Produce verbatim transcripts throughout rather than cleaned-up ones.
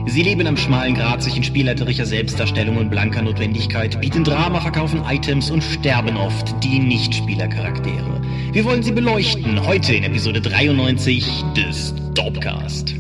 Sie leben am schmalen Grat zwischen spielleiterischer Selbstdarstellung und blanker Notwendigkeit, bieten Drama, verkaufen Items und sterben oft, die Nicht-Spieler-Charaktere. Wir wollen sie beleuchten, heute in Episode dreiundneunzig des Dorpcast.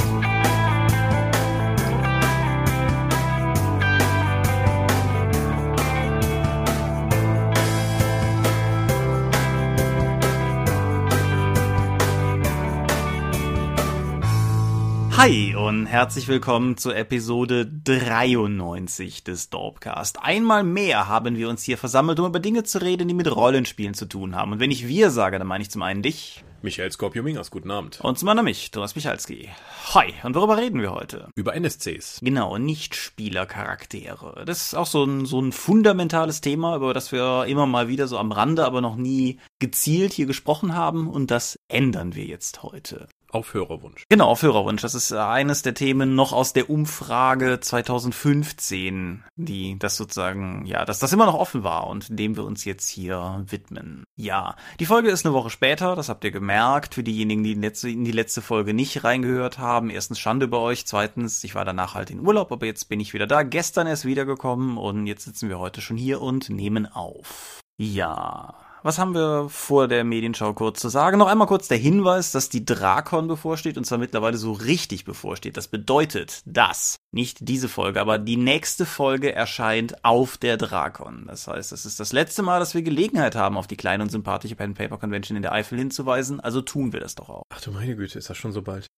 Hi und herzlich willkommen zur Episode dreiundneunzig des Dorpcast. Einmal mehr haben wir uns hier versammelt, um über Dinge zu reden, die mit Rollenspielen zu tun haben. Und wenn ich wir sage, dann meine ich zum einen dich. Michael Skorpio-Mingers, guten Abend. Und zum anderen mich, Thomas Michalski. Hi, und worüber reden wir heute? Über N S Cs. Genau, Nicht-Spieler-Charaktere. Das ist auch so ein, so ein fundamentales Thema, über das wir immer mal wieder so am Rande, aber noch nie gezielt hier gesprochen haben. Und das ändern wir jetzt heute. Auf Hörerwunsch. Genau, auf Hörerwunsch. Das ist eines der Themen noch aus der Umfrage zweitausendfünfzehn, die das sozusagen, ja, dass das immer noch offen war und dem wir uns jetzt hier widmen. Ja, die Folge ist eine Woche später, das habt ihr gemerkt. Für diejenigen, die in die letzte, in die letzte Folge nicht reingehört haben, erstens Schande über euch, zweitens, ich war danach halt in Urlaub, aber jetzt bin ich wieder da, gestern erst wiedergekommen und jetzt sitzen wir heute schon hier und nehmen auf. Ja... Was haben wir vor der Medienschau kurz zu sagen? Noch einmal kurz der Hinweis, dass die Drakon bevorsteht und zwar mittlerweile so richtig bevorsteht. Das bedeutet, dass nicht diese Folge, aber die nächste Folge erscheint auf der Drakon. Das heißt, es ist das letzte Mal, dass wir Gelegenheit haben, auf die kleine und sympathische Pen and Paper Convention in der Eifel hinzuweisen. Also tun wir das doch auch. Ach du meine Güte, ist das schon so bald?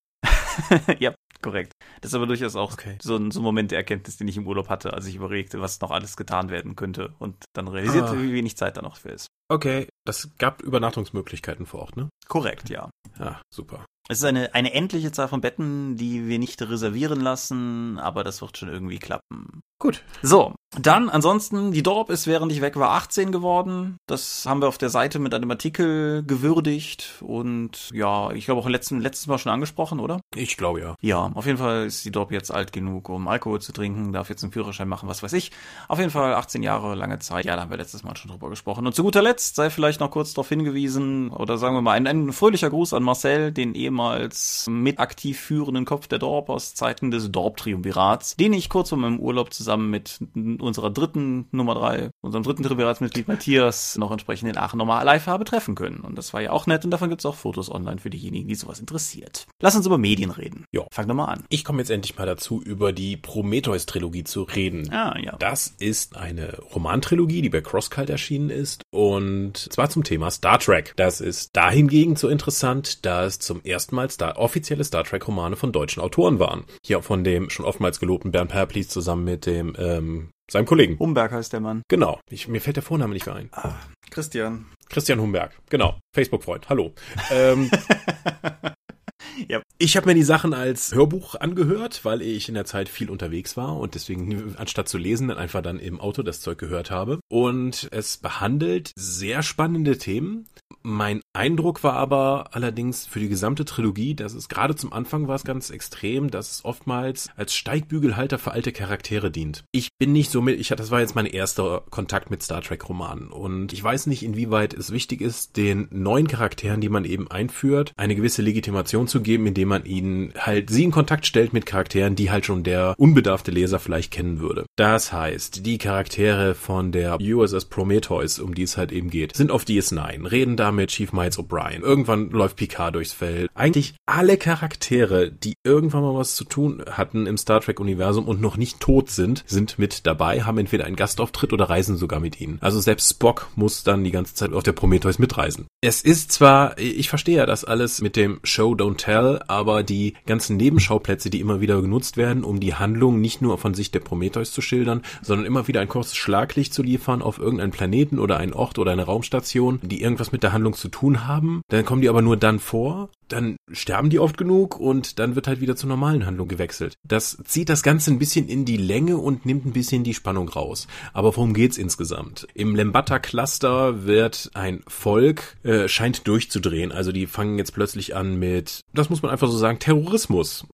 Ja, korrekt. Das ist aber durchaus auch okay. so, ein, so ein Moment der Erkenntnis, den ich im Urlaub hatte, als ich überlegte, was noch alles getan werden könnte und dann realisierte, ah. wie wenig Zeit da noch für ist. Okay, das gab Übernachtungsmöglichkeiten vor Ort, ne? Korrekt, ja. Ja, super. Es ist eine, eine endliche Zahl von Betten, die wir nicht reservieren lassen, aber das wird schon irgendwie klappen. Gut. So, dann ansonsten, die Dorp ist, während ich weg war, achtzehn geworden. Das haben wir auf der Seite mit einem Artikel gewürdigt und ja, ich glaube auch letzten, letztes Mal schon angesprochen, oder? Ich glaube ja. Ja, auf jeden Fall ist die Dorp jetzt alt genug, um Alkohol zu trinken, darf jetzt einen Führerschein machen, was weiß ich. Auf jeden Fall achtzehn Jahre, lange Zeit. Ja, da haben wir letztes Mal schon drüber gesprochen. Und zu guter Letzt sei vielleicht noch kurz darauf hingewiesen, oder sagen wir mal, ein, ein fröhlicher Gruß an Marcel, den ehemals mit aktiv führenden Kopf der Dorp aus Zeiten des Dorp-Triumvirats, den ich kurz vor meinem Urlaub zusammen mit unserer dritten Nummer drei, unserem dritten Triumviratsmitglied Matthias noch entsprechend in Aachen nochmal live habe treffen können. Und das war ja auch nett und davon gibt es auch Fotos online für diejenigen, die sowas interessiert. Lass uns über Medien reden. Jo. Fang doch mal an. Ich komme jetzt endlich mal dazu, über die Prometheus-Trilogie zu reden. Ah, ja. Das ist eine Romantrilogie, die bei CrossCult erschienen ist und zwar zum Thema Star Trek. Das ist dahingegen so interessant, dass zum ersten Mal Star- offizielle Star Trek-Romane von deutschen Autoren waren. Hier von dem schon oftmals gelobten Bernd Perplis zusammen mit dem ähm, seinem Kollegen. Humberg heißt der Mann. Genau. Ich, mir fällt der Vorname nicht mehr ein. Ah, Christian. Christian Humberg. Genau. Facebook-Freund. Hallo. ähm, Ja. Ich habe mir die Sachen als Hörbuch angehört, weil ich in der Zeit viel unterwegs war und deswegen anstatt zu lesen dann einfach dann im Auto das Zeug gehört habe. Und es behandelt sehr spannende Themen. Mein Eindruck war aber allerdings für die gesamte Trilogie, dass es gerade zum Anfang war es ganz extrem, dass es oftmals als Steigbügelhalter für alte Charaktere dient. Ich bin nicht so mit, ich das war jetzt mein erster Kontakt mit Star Trek Romanen und ich weiß nicht, inwieweit es wichtig ist, den neuen Charakteren, die man eben einführt, eine gewisse Legitimation zu geben, indem man ihnen halt sie in Kontakt stellt mit Charakteren, die halt schon der unbedarfte Leser vielleicht kennen würde. Das heißt, die Charaktere von der U S S Prometheus, um die es halt eben geht, sind auf D S neun, reden da mit Chief Miles O'Brien. Irgendwann läuft Picard durchs Feld. Eigentlich alle Charaktere, die irgendwann mal was zu tun hatten im Star Trek-Universum und noch nicht tot sind, sind mit dabei, haben entweder einen Gastauftritt oder reisen sogar mit ihnen. Also selbst Spock muss dann die ganze Zeit auf der Prometheus mitreisen. Es ist zwar, ich verstehe ja das alles mit dem Show Don't Tell, aber die ganzen Nebenschauplätze, die immer wieder genutzt werden, um die Handlung nicht nur von Sicht der Prometheus zu schildern, sondern immer wieder ein kurzes Schlaglicht zu liefern auf irgendeinen Planeten oder einen Ort oder eine Raumstation, die irgendwas mit der Handlung zu tun haben. Dann kommen die aber nur dann vor, dann sterben die oft genug und dann wird halt wieder zur normalen Handlung gewechselt. Das zieht das Ganze ein bisschen in die Länge und nimmt ein bisschen die Spannung raus. Aber worum geht's insgesamt? Im Lembata-Cluster wird ein Volk, äh, scheint durchzudrehen. Also die fangen jetzt plötzlich an mit, das muss man einfach so sagen, Terrorismus.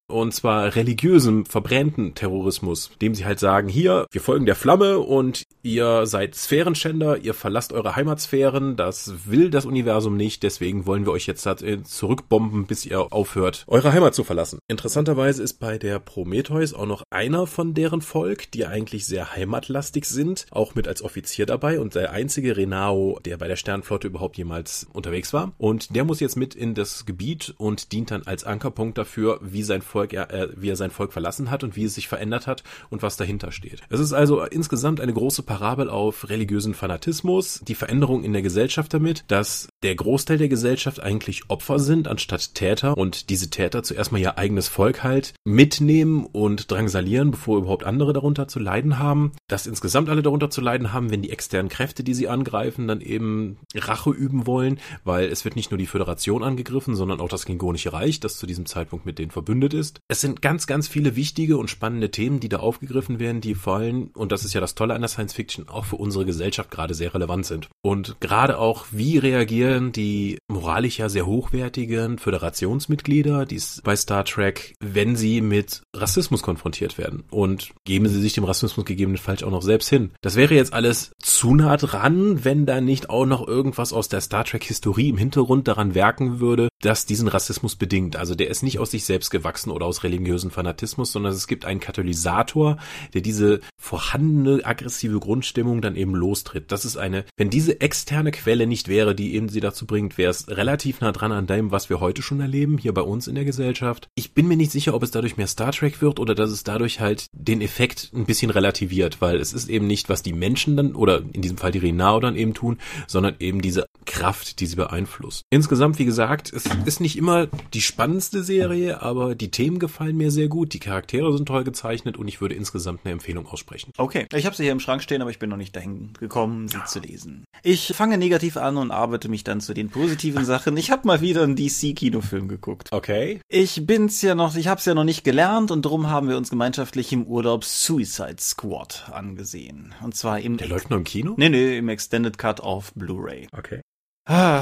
und zwar religiösem, verbrennten Terrorismus, dem sie halt sagen, hier, wir folgen der Flamme und ihr seid Sphärenschänder, ihr verlasst eure Heimatsphären, das will das Universum nicht, deswegen wollen wir euch jetzt zurückbomben, bis ihr aufhört, eure Heimat zu verlassen. Interessanterweise ist bei der Prometheus auch noch einer von deren Volk, die eigentlich sehr heimatlastig sind, auch mit als Offizier dabei und der einzige Renao, der bei der Sternenflotte überhaupt jemals unterwegs war. Und der muss jetzt mit in das Gebiet und dient dann als Ankerpunkt dafür, wie sein Volk, äh, wie er sein Volk verlassen hat und wie es sich verändert hat und was dahinter steht. Es ist also insgesamt eine große Parabel auf religiösen Fanatismus, die Veränderung in der Gesellschaft damit, dass der Großteil der Gesellschaft eigentlich Opfer sind anstatt Täter und diese Täter zuerst mal ihr eigenes Volk halt mitnehmen und drangsalieren, bevor überhaupt andere darunter zu leiden haben, dass insgesamt alle darunter zu leiden haben, wenn die externen Kräfte, die sie angreifen, dann eben Rache üben wollen, weil es wird nicht nur die Föderation angegriffen, sondern auch das Klingonische Reich, das zu diesem Zeitpunkt mit denen verbündet ist. Es sind ganz, ganz viele wichtige und spannende Themen, die da aufgegriffen werden, die vor allem, und das ist ja das Tolle an der Science Fiction, auch für unsere Gesellschaft gerade sehr relevant sind. Und gerade auch, wie reagieren die moralisch ja sehr hochwertigen Föderationsmitglieder, die es bei Star Trek, wenn sie mit Rassismus konfrontiert werden, und geben sie sich dem Rassismus gegebenenfalls auch noch selbst hin. Das wäre jetzt alles zu nah dran, wenn da nicht auch noch irgendwas aus der Star Trek-Historie im Hintergrund daran werken würde, das diesen Rassismus bedingt. Also der ist nicht aus sich selbst gewachsen oder aus religiösen Fanatismus, sondern es gibt einen Katalysator, der diese vorhandene aggressive Grundstimmung dann eben lostritt. Das ist eine, wenn diese externe Quelle nicht wäre, die eben sie dazu bringt, wäre es relativ nah dran an dem, was wir heute schon erleben, hier bei uns in der Gesellschaft. Ich bin mir nicht sicher, ob es dadurch mehr Star Trek wird oder dass es dadurch halt den Effekt ein bisschen relativiert, weil es ist eben nicht, was die Menschen dann, oder in diesem Fall die Renao dann eben tun, sondern eben diese Kraft, die sie beeinflusst. Insgesamt, wie gesagt, es ist nicht immer die spannendste Serie, aber die Themen gefallen mir sehr gut, die Charaktere sind toll gezeichnet und ich würde insgesamt eine Empfehlung aussprechen. Okay, ich habe sie hier im Schrank stehen, aber ich bin noch nicht dahin gekommen, sie zu lesen. Ich fange negativ an und arbeite mich dann zu den positiven Sachen. Ich habe mal wieder einen D C-Kinofilm geguckt. Okay. Ich bin's ja noch, ich hab's ja noch nicht gelernt und darum haben wir uns gemeinschaftlich im Urlaub Suicide Squad angesehen. Und zwar im... Der läuft nur im Kino? Nee, nee, im Extended Cut auf Blu-ray. Okay. Ah...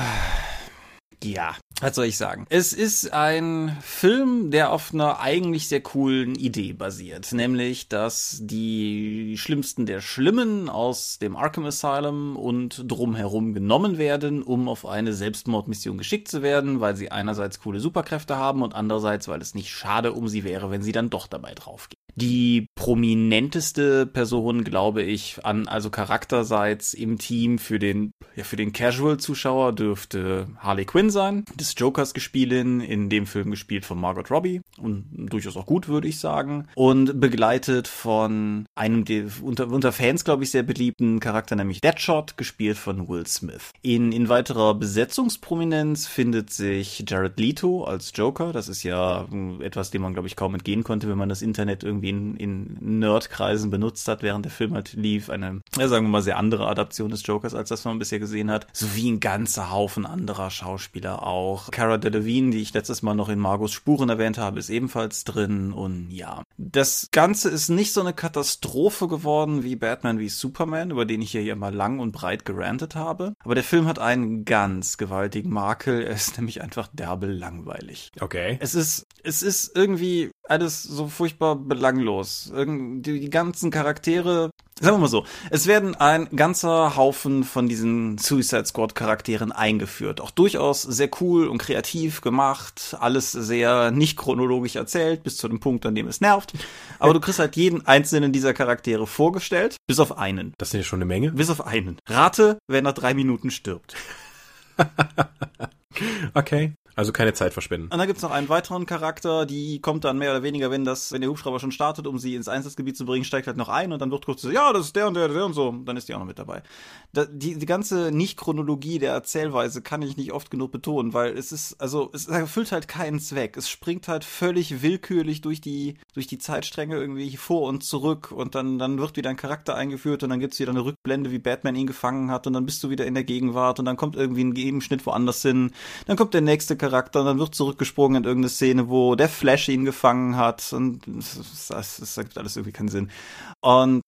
Ja, was soll ich sagen? Es ist ein Film, der auf einer eigentlich sehr coolen Idee basiert. Nämlich, dass die Schlimmsten der Schlimmen aus dem Arkham Asylum und drumherum genommen werden, um auf eine Selbstmordmission geschickt zu werden, weil sie einerseits coole Superkräfte haben und andererseits, weil es nicht schade um sie wäre, wenn sie dann doch dabei draufgehen. Die prominenteste Person, glaube ich, an, also charakterseits im Team für den, ja, für den Casual-Zuschauer dürfte Harley Quinn sein, des Jokers Gespielin, in dem Film gespielt von Margot Robbie und durchaus auch gut, würde ich sagen, und begleitet von einem der unter, unter Fans, glaube ich, sehr beliebten Charakter, nämlich Deadshot, gespielt von Will Smith. In, in weiterer Besetzungsprominenz findet sich Jared Leto als Joker. Das ist ja etwas, dem man, glaube ich, kaum entgehen konnte, wenn man das Internet irgendwie in, in Nerdkreisen benutzt hat, während der Film halt lief. Eine, ja, sagen wir mal, sehr andere Adaption des Jokers, als das man bisher gesehen hat. Sowie ein ganzer Haufen anderer Schauspieler auch. Cara Delevingne, die ich letztes Mal noch in Margos Spuren erwähnt habe, ist ebenfalls drin. Und ja, das Ganze ist nicht so eine Katastrophe geworden wie Batman wie Superman, über den ich hier ja mal lang und breit gerantet habe. Aber der Film hat einen ganz gewaltigen Makel. Er ist nämlich einfach derbe langweilig. Okay. Es ist, es ist irgendwie alles so furchtbar belanglos. Irgendwie die ganzen Charaktere, sagen wir mal so, es werden ein ganzer Haufen von diesen Suicide Squad Charakteren eingeführt. Auch durchaus sehr cool und kreativ gemacht. Alles sehr nicht chronologisch erzählt, bis zu dem Punkt, an dem es nervt. Aber du kriegst halt jeden einzelnen dieser Charaktere vorgestellt, bis auf einen. Das sind ja schon eine Menge. Bis auf einen. Rate, wer nach drei Minuten stirbt. Okay. Also keine Zeit verschwenden. Und dann gibt's noch einen weiteren Charakter, die kommt dann mehr oder weniger, wenn das, wenn der Hubschrauber schon startet, um sie ins Einsatzgebiet zu bringen, steigt halt noch ein und dann wird kurz so, ja, das ist der und der, der und so, dann ist die auch noch mit dabei. Da, die, die ganze Nicht-Chronologie der Erzählweise kann ich nicht oft genug betonen, weil es ist, also, es erfüllt halt keinen Zweck. Es springt halt völlig willkürlich durch die, durch die Zeitstränge irgendwie vor und zurück und dann, dann wird wieder ein Charakter eingeführt und dann gibt's wieder eine Rückblende, wie Batman ihn gefangen hat und dann bist du wieder in der Gegenwart und dann kommt irgendwie ein Gegenschnitt woanders hin, dann kommt der nächste Charakter und dann wird zurückgesprungen in irgendeine Szene, wo der Flash ihn gefangen hat und das, das, das ergibt alles irgendwie keinen Sinn. Und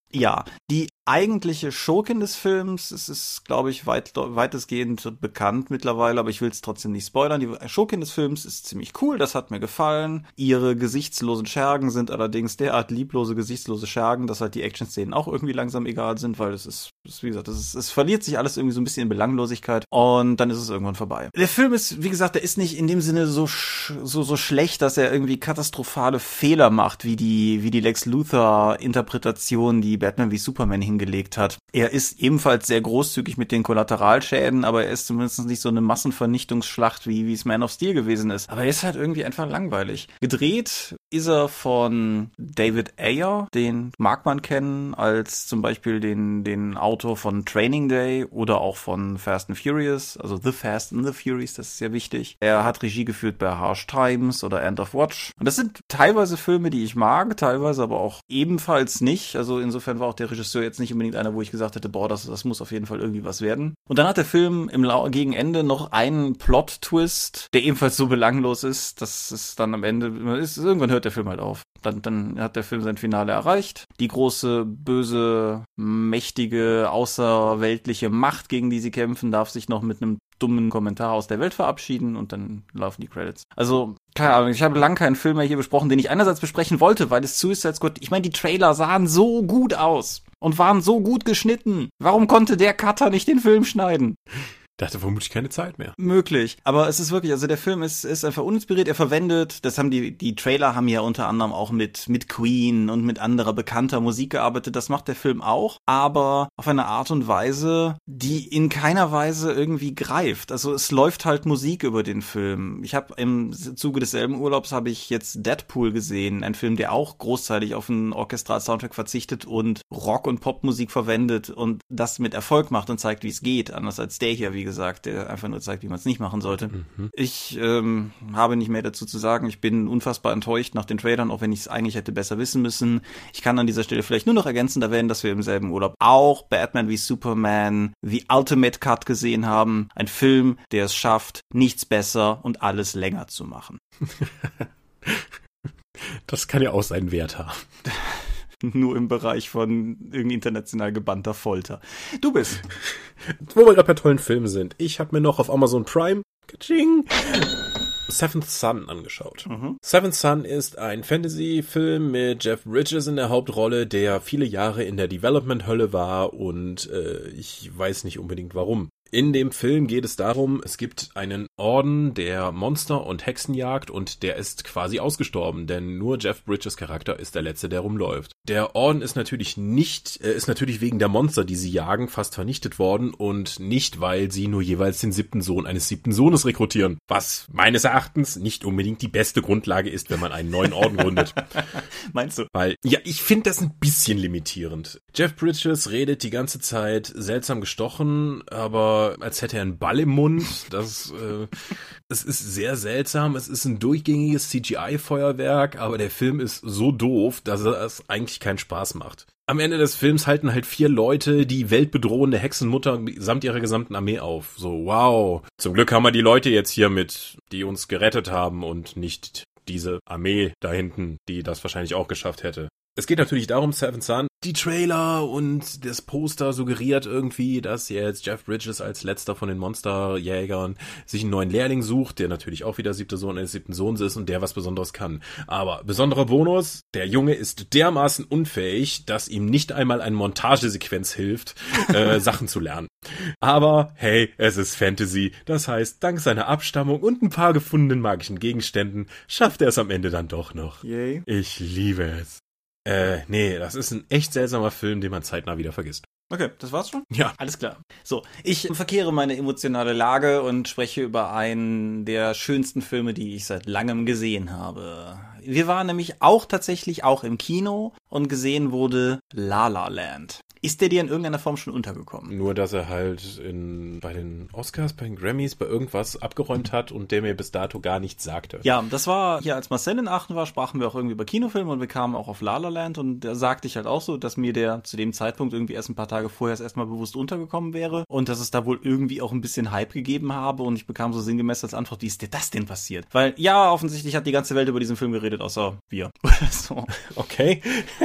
Ja, die eigentliche Schurkin des Films, es ist, glaube ich, weit, weitestgehend bekannt mittlerweile, aber ich will es trotzdem nicht spoilern. Die Schurkin des Films ist ziemlich cool, das hat mir gefallen. Ihre gesichtslosen Schergen sind allerdings derart lieblose, gesichtslose Schergen, dass halt die Action-Szenen auch irgendwie langsam egal sind, weil es ist, ist wie gesagt, es, ist, es verliert sich alles irgendwie so ein bisschen in Belanglosigkeit und dann ist es irgendwann vorbei. Der Film ist, wie gesagt, der ist nicht in dem Sinne so, so, so schlecht, dass er irgendwie katastrophale Fehler macht, wie die, wie die Lex Luthor-Interpretation, die Batman wie Superman hingelegt hat. Er ist ebenfalls sehr großzügig mit den Kollateralschäden, aber er ist zumindest nicht so eine Massenvernichtungsschlacht, wie, wie es Man of Steel gewesen ist. Aber er ist halt irgendwie einfach langweilig. Gedreht ist er von David Ayer, den mag man kennen als zum Beispiel den, den Autor von Training Day oder auch von Fast and Furious, also The Fast and the Furious, das ist sehr wichtig. Er hat Regie geführt bei Harsh Times oder End of Watch. Und das sind teilweise Filme, die ich mag, teilweise aber auch ebenfalls nicht. Also insofern war auch der Regisseur jetzt nicht unbedingt einer, wo ich gesagt hätte, boah, das, das muss auf jeden Fall irgendwie was werden. Und dann hat der Film im La- gegen Ende noch einen Plot-Twist, der ebenfalls so belanglos ist, dass es dann am Ende ist, irgendwann hört der Film halt auf. Dann, dann hat der Film sein Finale erreicht. Die große, böse, mächtige, außerweltliche Macht, gegen die sie kämpfen, darf sich noch mit einem dummen Kommentar aus der Welt verabschieden und dann laufen die Credits. Also, keine Ahnung, ich habe lange keinen Film mehr hier besprochen, den ich einerseits besprechen wollte, weil es Suicide Squad, ich meine, die Trailer sahen so gut aus und waren so gut geschnitten. Warum konnte der Cutter nicht den Film schneiden? Der hatte vermutlich keine Zeit mehr. Möglich. Aber es ist wirklich, also der Film ist, ist einfach uninspiriert. Er verwendet, das haben die, die Trailer haben ja unter anderem auch mit, mit Queen und mit anderer bekannter Musik gearbeitet. Das macht der Film auch. Aber auf eine Art und Weise, die in keiner Weise irgendwie greift. Also es läuft halt Musik über den Film. Ich habe im Zuge desselben Urlaubs habe ich jetzt Deadpool gesehen. Ein Film, der auch großteilig auf einen Orchestral-Soundtrack verzichtet und Rock- und Popmusik verwendet und das mit Erfolg macht und zeigt, wie es geht. Anders als der hier, wie gesagt, der einfach nur zeigt, wie man es nicht machen sollte. Mhm. Ich ähm, habe nicht mehr dazu zu sagen. Ich bin unfassbar enttäuscht nach den Trailern, auch wenn ich es eigentlich hätte besser wissen müssen. Ich kann an dieser Stelle vielleicht nur noch ergänzend erwähnen, dass wir im selben Urlaub auch Batman wie Superman, wie Ultimate Cut gesehen haben. Ein Film, der es schafft, nichts besser und alles länger zu machen. Das kann ja auch seinen Wert haben. Nur im Bereich von irgendwie international gebannter Folter. Du bist. Wo wir gerade bei tollen Filmen sind. Ich habe mir noch auf Amazon Prime Kaching, Seventh Son angeschaut. Mhm. Seventh Son ist ein Fantasy-Film mit Jeff Bridges in der Hauptrolle, der viele Jahre in der Development-Hölle war und äh, ich weiß nicht unbedingt warum. In dem Film geht es darum, es gibt einen Orden, der Monster und Hexen jagt und der ist quasi ausgestorben, denn nur Jeff Bridges Charakter ist der Letzte, der rumläuft. Der Orden ist natürlich nicht, äh, ist natürlich wegen der Monster, die sie jagen, fast vernichtet worden und nicht, weil sie nur jeweils den siebten Sohn eines siebten Sohnes rekrutieren, was meines Erachtens nicht unbedingt die beste Grundlage ist, wenn man einen neuen Orden gründet. Meinst du? Weil, ja, ich finde das ein bisschen limitierend. Jeff Bridges redet die ganze Zeit seltsam gestochen, aber als hätte er einen Ball im Mund. Das, äh, es ist sehr seltsam. Es ist ein durchgängiges C G I-Feuerwerk, aber der Film ist so doof, dass er es eigentlich keinen Spaß macht. Am Ende des Films halten halt vier Leute die weltbedrohende Hexenmutter samt ihrer gesamten Armee auf. So, wow. Zum Glück haben wir die Leute jetzt hier mit, die uns gerettet haben und nicht diese Armee da hinten, die das wahrscheinlich auch geschafft hätte. Es geht natürlich darum, Seventh Son, die Trailer und das Poster suggeriert irgendwie, dass jetzt Jeff Bridges als letzter von den Monsterjägern sich einen neuen Lehrling sucht, der natürlich auch wieder siebter Sohn eines siebten Sohns ist und der was Besonderes kann. Aber besonderer Bonus, der Junge ist dermaßen unfähig, dass ihm nicht einmal eine Montagesequenz hilft, äh, Sachen zu lernen. Aber hey, es ist Fantasy, das heißt, dank seiner Abstammung und ein paar gefundenen magischen Gegenständen schafft er es am Ende dann doch noch. Yay. Ich liebe es. Äh, nee, das ist ein echt seltsamer Film, den man zeitnah wieder vergisst. Okay, das war's schon? Ja. Alles klar. So, ich verkehre meine emotionale Lage und spreche über einen der schönsten Filme, die ich seit langem gesehen habe. Wir waren nämlich auch tatsächlich auch im Kino und gesehen wurde La La Land. Ist der dir in irgendeiner Form schon untergekommen? Nur, dass er halt in, bei den Oscars, bei den Grammys, bei irgendwas abgeräumt hat und der mir bis dato gar nichts sagte. Ja, das war hier, als Marcel in Aachen war, sprachen wir auch irgendwie über Kinofilme und wir kamen auch auf La La Land und da sagte ich halt auch so, dass mir der zu dem Zeitpunkt irgendwie erst ein paar Tage vorher erstmal bewusst untergekommen wäre und dass es da wohl irgendwie auch ein bisschen Hype gegeben habe und ich bekam so sinngemäß als Antwort, wie ist dir das denn passiert? Weil ja, offensichtlich hat die ganze Welt über diesen Film geredet, außer wir. so. Okay.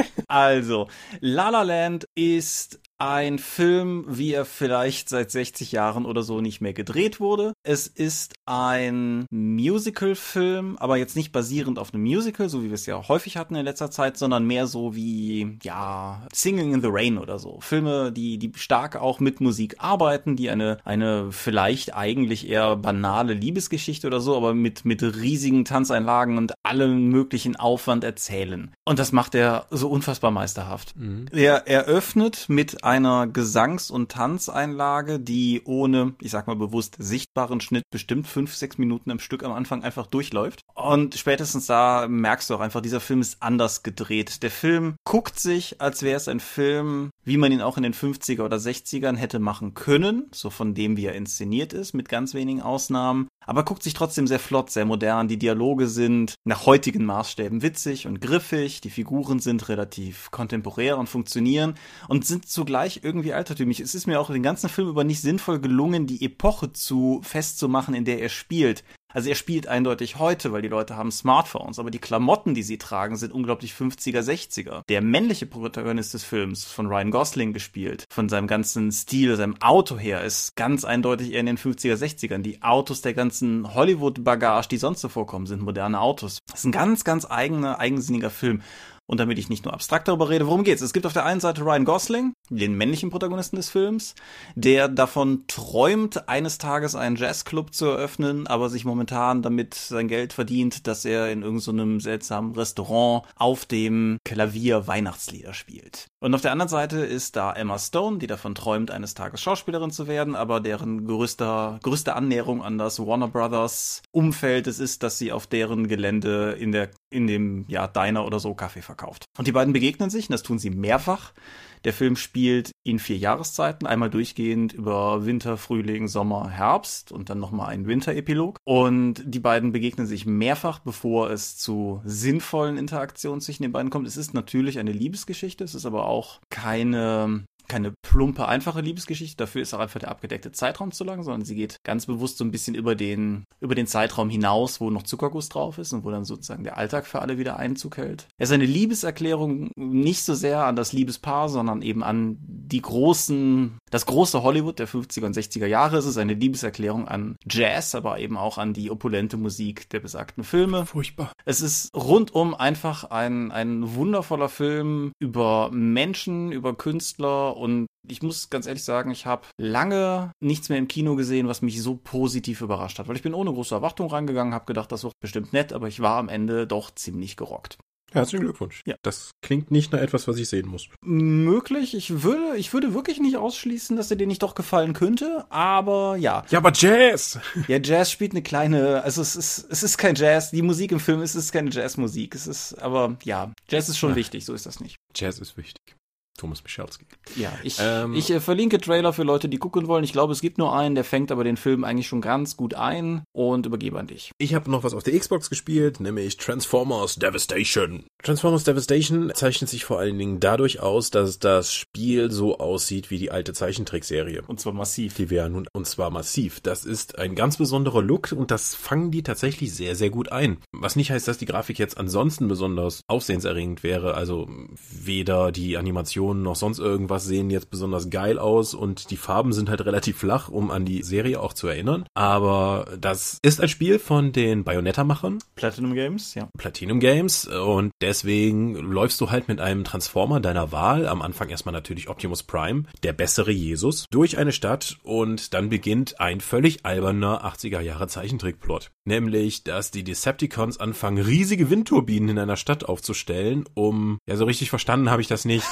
Also, La La Land ist ein Film, wie er vielleicht seit sechzig Jahren oder so nicht mehr gedreht wurde. Es ist ein Musical-Film, aber jetzt nicht basierend auf einem Musical, so wie wir es ja häufig hatten in letzter Zeit, sondern mehr so wie, ja, Singing in the Rain oder so. Filme, die, die stark auch mit Musik arbeiten, die eine, eine vielleicht eigentlich eher banale Liebesgeschichte oder so, aber mit, mit riesigen Tanzeinlagen und allem möglichen Aufwand erzählen. Und das macht er so unfassbar meisterhaft. Mhm. Er eröffnet mit einer Gesangs- und Tanzeinlage, die ohne, ich sag mal bewusst, sichtbaren Schnitt bestimmt fünf, sechs Minuten am Stück am Anfang einfach durchläuft. Und spätestens da merkst du auch einfach, dieser Film ist anders gedreht. Der Film guckt sich, als wäre es ein Film, wie man ihn auch in den fünfziger oder sechzigern hätte machen können, so von dem, wie er inszeniert ist, mit ganz wenigen Ausnahmen. Aber guckt sich trotzdem sehr flott, sehr modern. Die Dialoge sind nach heutigen Maßstäben witzig und griffig. Die Figuren sind relativ kontemporär und funktionieren und sind zugleich irgendwie altertümlich. Es ist mir auch den ganzen Film über nicht sinnvoll gelungen, die Epoche zu festzumachen, in der er spielt. Also er spielt eindeutig heute, weil die Leute haben Smartphones, aber die Klamotten, die sie tragen, sind unglaublich fünfziger, sechziger. Der männliche Protagonist des Films, von Ryan Gosling gespielt, von seinem ganzen Stil, seinem Auto her, ist ganz eindeutig eher in den fünfziger, sechzigern. Die Autos der ganzen Hollywood-Bagage, die sonst so vorkommen, sind moderne Autos. Das ist ein ganz, ganz eigener, eigensinniger Film. Und damit ich nicht nur abstrakt darüber rede, worum geht's? Es gibt auf der einen Seite Ryan Gosling, den männlichen Protagonisten des Films, der davon träumt, eines Tages einen Jazzclub zu eröffnen, aber sich momentan damit sein Geld verdient, dass er in irgendeinem so seltsamen Restaurant auf dem Klavier Weihnachtslieder spielt. Und auf der anderen Seite ist da Emma Stone, die davon träumt, eines Tages Schauspielerin zu werden, aber deren größter, größte Annäherung an das Warner Brothers Umfeld es ist, dass sie auf deren Gelände in der, in dem, ja, Diner oder so Kaffee verkauft. Und die beiden begegnen sich, und das tun sie mehrfach. Der Film spielt in vier Jahreszeiten, einmal durchgehend über Winter, Frühling, Sommer, Herbst und dann nochmal ein Winterepilog. Und die beiden begegnen sich mehrfach, bevor es zu sinnvollen Interaktionen zwischen den beiden kommt. Es ist natürlich eine Liebesgeschichte, es ist aber auch keine... keine plumpe, einfache Liebesgeschichte. Dafür ist auch einfach der abgedeckte Zeitraum zu lang, sondern sie geht ganz bewusst so ein bisschen über den, über den Zeitraum hinaus, wo noch Zuckerguss drauf ist und wo dann sozusagen der Alltag für alle wieder Einzug hält. Es ist eine Liebeserklärung nicht so sehr an das Liebespaar, sondern eben an die großen, das große Hollywood der fünfziger und sechziger Jahre. Es ist eine Liebeserklärung an Jazz, aber eben auch an die opulente Musik der besagten Filme. Furchtbar. Es ist rundum einfach ein, ein wundervoller Film über Menschen, über Künstler. Und ich muss ganz ehrlich sagen, ich habe lange nichts mehr im Kino gesehen, was mich so positiv überrascht hat. Weil ich bin ohne große Erwartung reingegangen, habe gedacht, das wird bestimmt nett, aber ich war am Ende doch ziemlich gerockt. Herzlichen Glückwunsch. Ja. Das klingt nicht nach etwas, was ich sehen muss. Möglich. Ich würde, ich würde wirklich nicht ausschließen, dass er dir nicht doch gefallen könnte, aber ja. Ja, aber Jazz! Ja, Jazz spielt eine kleine, also es ist, es ist kein Jazz. Die Musik im Film ist, es ist keine Jazzmusik. Es ist, aber ja, Jazz ist schon ja. wichtig, so ist das nicht. Jazz ist wichtig. Thomas Michalski. Ja, ich, ähm, ich äh, verlinke Trailer für Leute, die gucken wollen. Ich glaube, es gibt nur einen, der fängt aber den Film eigentlich schon ganz gut ein und übergebe an dich. Ich habe noch was auf der Xbox gespielt, nämlich Transformers Devastation. Transformers Devastation zeichnet sich vor allen Dingen dadurch aus, dass das Spiel so aussieht wie die alte Zeichentrickserie. Und zwar massiv. Die wir nun, und zwar massiv. Das ist ein ganz besonderer Look und das fangen die tatsächlich sehr, sehr gut ein. Was nicht heißt, dass die Grafik jetzt ansonsten besonders aufsehenserregend wäre. Also weder die Animation noch sonst irgendwas sehen jetzt besonders geil aus und die Farben sind halt relativ flach, um an die Serie auch zu erinnern. Aber das ist ein Spiel von den Bayonetta-Machern. Platinum Games, ja. Platinum Games und deswegen läufst du halt mit einem Transformer deiner Wahl, am Anfang erstmal natürlich Optimus Prime, der bessere Jesus, durch eine Stadt und dann beginnt ein völlig alberner achtziger Jahre Zeichentrickplot. Nämlich, dass die Decepticons anfangen, riesige Windturbinen in einer Stadt aufzustellen, um, ja so richtig verstanden habe ich das nicht, aber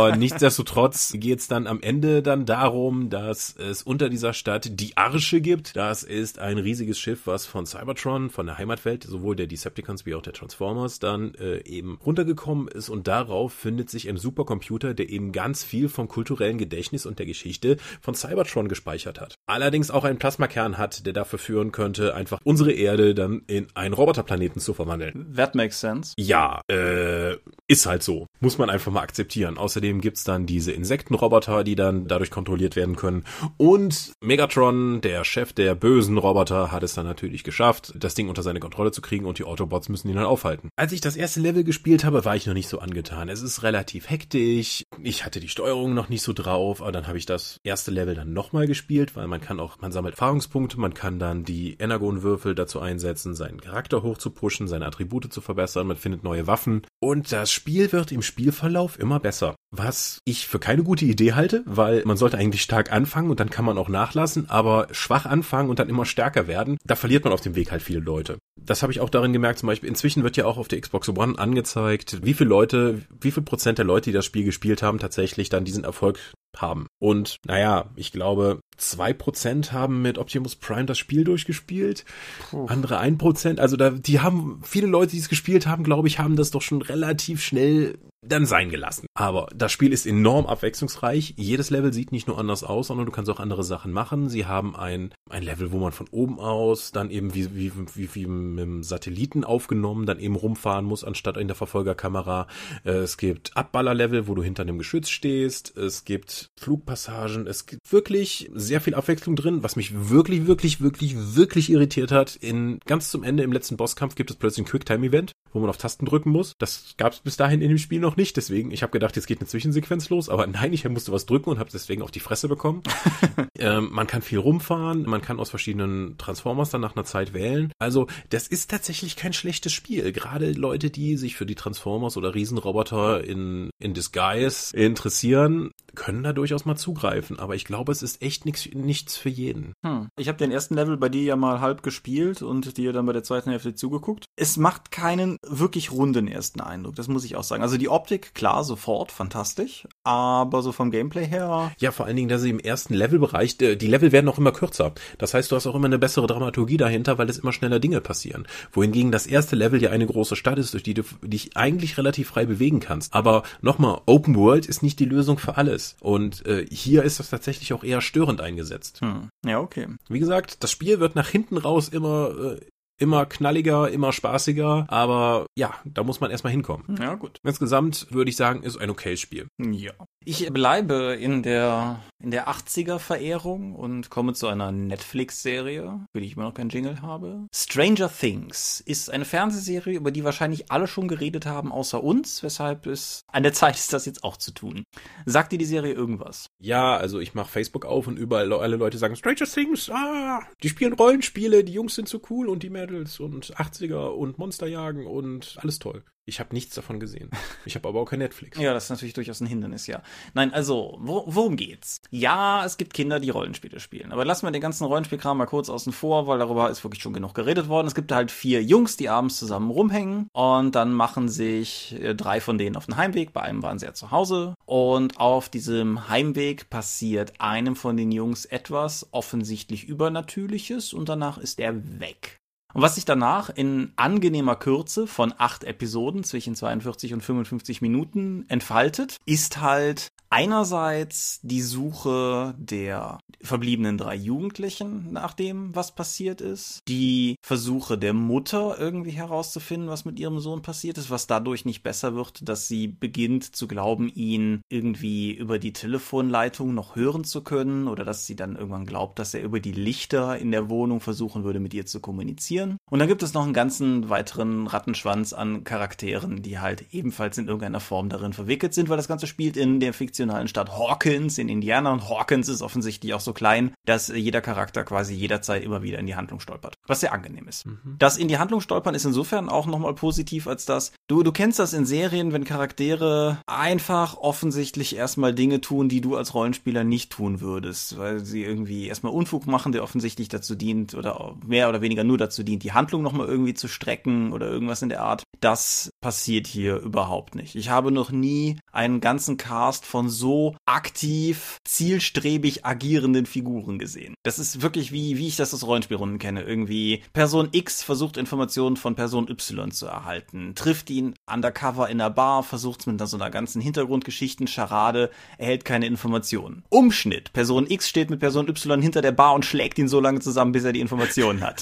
Aber nichtsdestotrotz geht es dann am Ende dann darum, dass es unter dieser Stadt die Arche gibt. Das ist ein riesiges Schiff, was von Cybertron, von der Heimatwelt, sowohl der Decepticons wie auch der Transformers, dann äh, eben runtergekommen ist. Und darauf findet sich ein Supercomputer, der eben ganz viel vom kulturellen Gedächtnis und der Geschichte von Cybertron gespeichert hat. Allerdings auch einen Plasmakern hat, der dafür führen könnte, einfach unsere Erde dann in einen Roboterplaneten zu verwandeln. That makes sense. Ja, äh, ist halt so. Muss man einfach mal akzeptieren. Außerdem gibt's dann diese Insektenroboter, die dann dadurch kontrolliert werden können. Und Megatron, der Chef der bösen Roboter, hat es dann natürlich geschafft, das Ding unter seine Kontrolle zu kriegen und die Autobots müssen ihn dann aufhalten. Als ich das erste Level gespielt habe, war ich noch nicht so angetan. Es ist relativ hektisch. Ich hatte die Steuerung noch nicht so drauf, aber dann habe ich das erste Level dann nochmal gespielt, weil man kann auch, man sammelt Erfahrungspunkte, man kann dann die Energon-Würfel dazu einsetzen, seinen Charakter hochzupushen, seine Attribute zu verbessern, man findet neue Waffen und das Spiel wird im Spielverlauf immer besser. Was ich für keine gute Idee halte, weil man sollte eigentlich stark anfangen und dann kann man auch nachlassen, aber schwach anfangen und dann immer stärker werden, da verliert man auf dem Weg halt viele Leute. Das habe ich auch darin gemerkt, zum Beispiel inzwischen wird ja auch auf der Xbox One angezeigt, wie viele Leute, wie viel Prozent der Leute, die das Spiel gespielt haben, tatsächlich dann diesen Erfolg haben. Und naja, ich glaube, zwei Prozent haben mit Optimus Prime das Spiel durchgespielt, Puh. andere ein Prozent, also da, die haben, viele Leute, die es gespielt haben, glaube ich, haben das doch schon relativ schnell dann sein gelassen. Aber das Spiel ist enorm abwechslungsreich. Jedes Level sieht nicht nur anders aus, sondern du kannst auch andere Sachen machen. Sie haben ein ein Level, wo man von oben aus dann eben wie wie wie, wie mit dem Satelliten aufgenommen, dann eben rumfahren muss, anstatt in der Verfolgerkamera. Es gibt Abballerlevel, wo du hinter einem Geschütz stehst. Es gibt Flugpassagen. Es gibt wirklich sehr viel Abwechslung drin, was mich wirklich, wirklich, wirklich, wirklich irritiert hat. In ganz zum Ende im letzten Bosskampf gibt es plötzlich ein Quicktime-Event, wo man auf Tasten drücken muss. Das gab es bis dahin in dem Spiel noch nicht, deswegen, ich habe gedacht, jetzt geht eine Zwischensequenz los, aber nein, ich musste was drücken und habe deswegen auf die Fresse bekommen. ähm, man kann viel rumfahren, man kann aus verschiedenen Transformers dann nach einer Zeit wählen. Also, das ist tatsächlich kein schlechtes Spiel. Gerade Leute, die sich für die Transformers oder Riesenroboter in, in Disguise interessieren, können da durchaus mal zugreifen, aber ich glaube, es ist echt nix, nichts für jeden. Hm. Ich habe den ersten Level bei dir ja mal halb gespielt und dir dann bei der zweiten Hälfte zugeguckt. Es macht keinen wirklich runden ersten Eindruck, das muss ich auch sagen. Also die Optik, klar, sofort, fantastisch, aber so vom Gameplay her... Ja, vor allen Dingen, dass sie im ersten Levelbereich, die Level werden auch immer kürzer. Das heißt, du hast auch immer eine bessere Dramaturgie dahinter, weil es immer schneller Dinge passieren. Wohingegen das erste Level ja eine große Stadt ist, durch die du dich eigentlich relativ frei bewegen kannst. Aber nochmal, Open World ist nicht die Lösung für alles. Und äh, hier ist das tatsächlich auch eher störend eingesetzt. Hm. Ja, okay. Wie gesagt, das Spiel wird nach hinten raus immer... Äh, Immer knalliger, immer spaßiger, aber ja, da muss man erstmal hinkommen. Ja, gut. Insgesamt würde ich sagen, ist ein okayes Spiel. Ja. Ich bleibe in der in der achtziger-Verehrung und komme zu einer Netflix-Serie, für die ich immer noch keinen Jingle habe. Stranger Things ist eine Fernsehserie, über die wahrscheinlich alle schon geredet haben, außer uns, weshalb es an der Zeit ist, das jetzt auch zu tun. Sagt dir die Serie irgendwas? Ja, also ich mache Facebook auf und überall alle Leute sagen, Stranger Things, ah, die spielen Rollenspiele, die Jungs sind so cool und die Mädels und achtziger und Monsterjagen und alles toll. Ich habe nichts davon gesehen. Ich habe aber auch kein Netflix. Ja, das ist natürlich durchaus ein Hindernis, ja. Nein, also, wo, worum geht's? Ja, es gibt Kinder, die Rollenspiele spielen. Aber lassen wir den ganzen Rollenspielkram mal kurz außen vor, weil darüber ist wirklich schon genug geredet worden. Es gibt halt vier Jungs, die abends zusammen rumhängen und dann machen sich äh, drei von denen auf den Heimweg. Bei einem waren sie ja zu Hause. Und auf diesem Heimweg passiert einem von den Jungs etwas offensichtlich Übernatürliches und danach ist er weg. Und was sich danach in angenehmer Kürze von acht Episoden zwischen zweiundvierzig und fünfundfünfzig Minuten entfaltet, ist halt einerseits die Suche der verbliebenen drei Jugendlichen nach dem, was passiert ist, die Versuche der Mutter irgendwie herauszufinden, was mit ihrem Sohn passiert ist, was dadurch nicht besser wird, dass sie beginnt zu glauben, ihn irgendwie über die Telefonleitung noch hören zu können oder dass sie dann irgendwann glaubt, dass er über die Lichter in der Wohnung versuchen würde, mit ihr zu kommunizieren. Und dann gibt es noch einen ganzen weiteren Rattenschwanz an Charakteren, die halt ebenfalls in irgendeiner Form darin verwickelt sind, weil das Ganze spielt in der fiktionalen Stadt Hawkins in Indiana und Hawkins ist offensichtlich auch so klein, dass jeder Charakter quasi jederzeit immer wieder in die Handlung stolpert, was sehr angenehm ist. Mhm. Das in die Handlung stolpern ist insofern auch nochmal positiv, als dass du, du kennst das in Serien, wenn Charaktere einfach offensichtlich erstmal Dinge tun, die du als Rollenspieler nicht tun würdest, weil sie irgendwie erstmal Unfug machen, der offensichtlich dazu dient oder mehr oder weniger nur dazu dient, verdient, die Handlung nochmal irgendwie zu strecken oder irgendwas in der Art. Das passiert hier überhaupt nicht. Ich habe noch nie einen ganzen Cast von so aktiv, zielstrebig agierenden Figuren gesehen. Das ist wirklich wie, wie ich das aus Rollenspielrunden kenne. Irgendwie Person X versucht Informationen von Person Y zu erhalten, trifft ihn undercover in der Bar, versucht es mit so einer ganzen Hintergrundgeschichten, Scharade, erhält keine Informationen. Umschnitt. Person X steht mit Person Y hinter der Bar und schlägt ihn so lange zusammen, bis er die Informationen hat.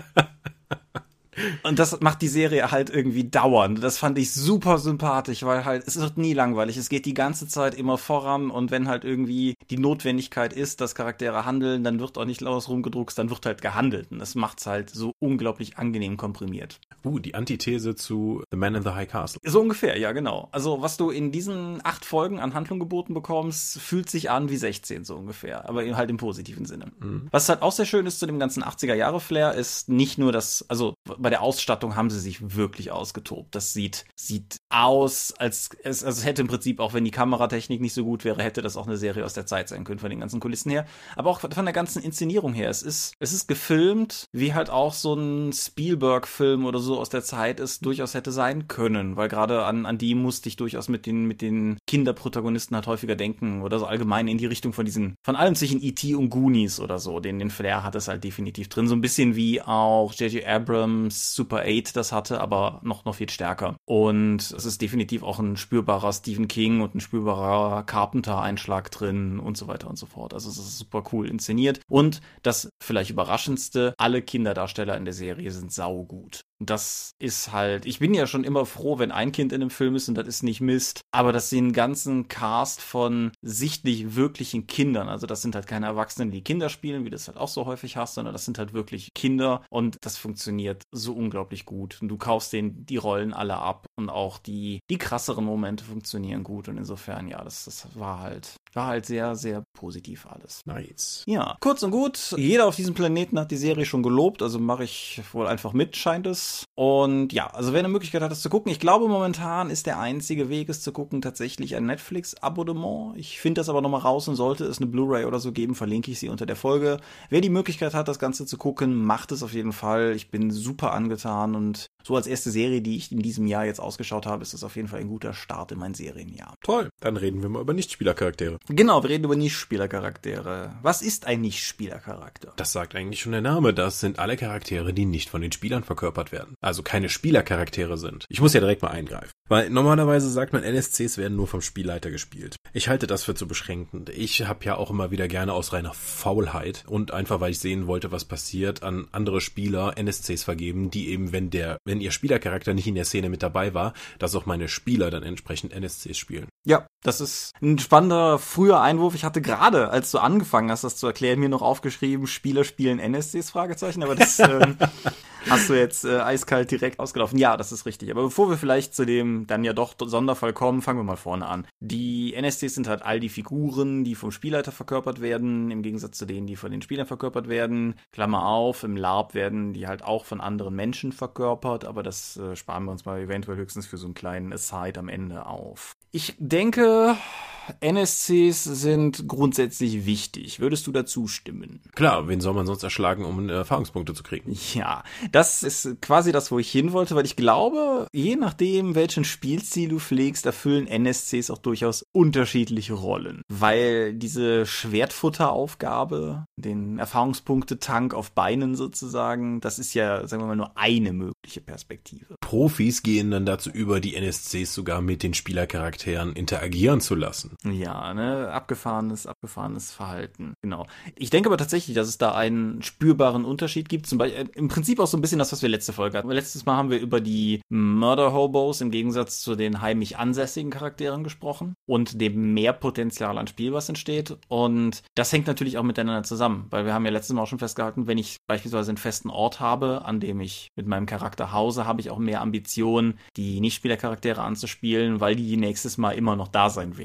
Und das macht die Serie halt irgendwie dauernd. Das fand ich super sympathisch, weil halt, es wird nie langweilig. Es geht die ganze Zeit immer voran und wenn halt irgendwie die Notwendigkeit ist, dass Charaktere handeln, dann wird auch nicht laut rumgedruckst, dann wird halt gehandelt. Und das macht's halt so unglaublich angenehm komprimiert. Uh, die Antithese zu The Man in the High Castle. So ungefähr, ja genau. Also was du in diesen acht Folgen an Handlung geboten bekommst, fühlt sich an wie sechzehn so ungefähr, aber halt im positiven Sinne. Mhm. Was halt auch sehr schön ist zu dem ganzen achtziger-Jahre-Flair, ist nicht nur das, also bei der Ausstattung haben sie sich wirklich ausgetobt. Das sieht sieht aus, als es, also es hätte im Prinzip, auch wenn die Kameratechnik nicht so gut wäre, hätte das auch eine Serie aus der Zeit sein können, von den ganzen Kulissen her. Aber auch von der ganzen Inszenierung her. Es ist, es ist gefilmt, wie halt auch so ein Spielberg-Film oder so aus der Zeit es durchaus hätte sein können. Weil gerade an, an die musste ich durchaus mit den, mit den Kinderprotagonisten halt häufiger denken oder so allgemein in die Richtung von diesen, von allem zwischen E T und Goonies oder so. Den, den Flair hat es halt definitiv drin. So ein bisschen wie auch J J Abrams Super acht das hatte, aber noch, noch viel stärker. Und es ist definitiv auch ein spürbarer Stephen King und ein spürbarer Carpenter-Einschlag drin und so weiter und so fort. Also es ist super cool inszeniert. Und das vielleicht Überraschendste, alle Kinderdarsteller in der Serie sind saugut. Das ist halt, ich bin ja schon immer froh, wenn ein Kind in einem Film ist und das ist nicht Mist, aber das sind einen ganzen Cast von sichtlich wirklichen Kindern, also das sind halt keine Erwachsenen, die Kinder spielen, wie du das halt auch so häufig hast, sondern das sind halt wirklich Kinder und das funktioniert so unglaublich gut und du kaufst denen die Rollen alle ab und auch die, die krasseren Momente funktionieren gut und insofern, ja, das, das war halt, war halt sehr, sehr positiv alles. Nice. Ja, kurz und gut, jeder auf diesem Planeten hat die Serie schon gelobt, also mache ich wohl einfach mit, scheint es. Und ja, also wer eine Möglichkeit hat, das zu gucken, ich glaube momentan ist der einzige Weg, es zu gucken, tatsächlich ein Netflix-Abonnement. Ich finde das aber nochmal raus und sollte es eine Blu-ray oder so geben, verlinke ich sie unter der Folge. Wer die Möglichkeit hat, das Ganze zu gucken, macht es auf jeden Fall. Ich bin super angetan und so als erste Serie, die ich in diesem Jahr jetzt ausgeschaut habe, ist das auf jeden Fall ein guter Start in mein Serienjahr. Toll, dann reden wir mal über Nichtspielercharaktere. Genau, wir reden über Nichtspielercharaktere. Was ist ein Nichtspielercharakter? Das sagt eigentlich schon der Name. Das sind alle Charaktere, die nicht von den Spielern verkörpert werden. Also keine Spielercharaktere sind. Ich muss ja direkt mal eingreifen. Weil normalerweise sagt man, N S Cs werden nur vom Spielleiter gespielt. Ich halte das für zu beschränkend. Ich habe ja auch immer wieder gerne aus reiner Faulheit und einfach, weil ich sehen wollte, was passiert, an andere Spieler N S Cs vergeben, die eben, wenn der, wenn ihr Spielercharakter nicht in der Szene mit dabei war, dass auch meine Spieler dann entsprechend N S Cs spielen. Ja, das ist ein spannender früher Einwurf. Ich hatte gerade, als du angefangen hast, das zu erklären, mir noch aufgeschrieben, Spieler spielen N S Cs, Fragezeichen, aber das ähm, hast du jetzt äh, eiskalt direkt ausgelaufen. Ja, das ist richtig. Aber bevor wir vielleicht zu dem dann ja doch Sonderfall kommen, fangen wir mal vorne an. Die N S Cs sind halt all die Figuren, die vom Spielleiter verkörpert werden, im Gegensatz zu denen, die von den Spielern verkörpert werden. Klammer auf, im LARP werden die halt auch von anderen Menschen verkörpert, aber das äh, sparen wir uns mal eventuell höchstens für so einen kleinen Aside am Ende auf. Ich denke, N S Cs sind grundsätzlich wichtig. Würdest du dazu stimmen? Klar, wen soll man sonst erschlagen, um Erfahrungspunkte zu kriegen? Ja, das ist quasi das, wo ich hin wollte, weil ich glaube, je nachdem, welchen Spielstil du pflegst, erfüllen N S Cs auch durchaus unterschiedliche Rollen. Weil diese Schwertfutteraufgabe, den Erfahrungspunktetank auf Beinen sozusagen, das ist ja, sagen wir mal, nur eine mögliche Perspektive. Profis gehen dann dazu über, die N S Cs sogar mit den Spielercharakteren interagieren zu lassen. Ja, ne, abgefahrenes, abgefahrenes Verhalten, genau. Ich denke aber tatsächlich, dass es da einen spürbaren Unterschied gibt, zum Beispiel, im Prinzip auch so ein bisschen das, was wir letzte Folge hatten. Letztes Mal haben wir über die Murder-Hobos im Gegensatz zu den heimisch ansässigen Charakteren gesprochen und dem Mehrpotenzial an Spiel, was entsteht, und das hängt natürlich auch miteinander zusammen, weil wir haben ja letztes Mal auch schon festgehalten, wenn ich beispielsweise einen festen Ort habe, an dem ich mit meinem Charakter hause, habe ich auch mehr Ambitionen, die Nichtspielercharaktere anzuspielen, weil die nächstes Mal immer noch da sein werden. Und im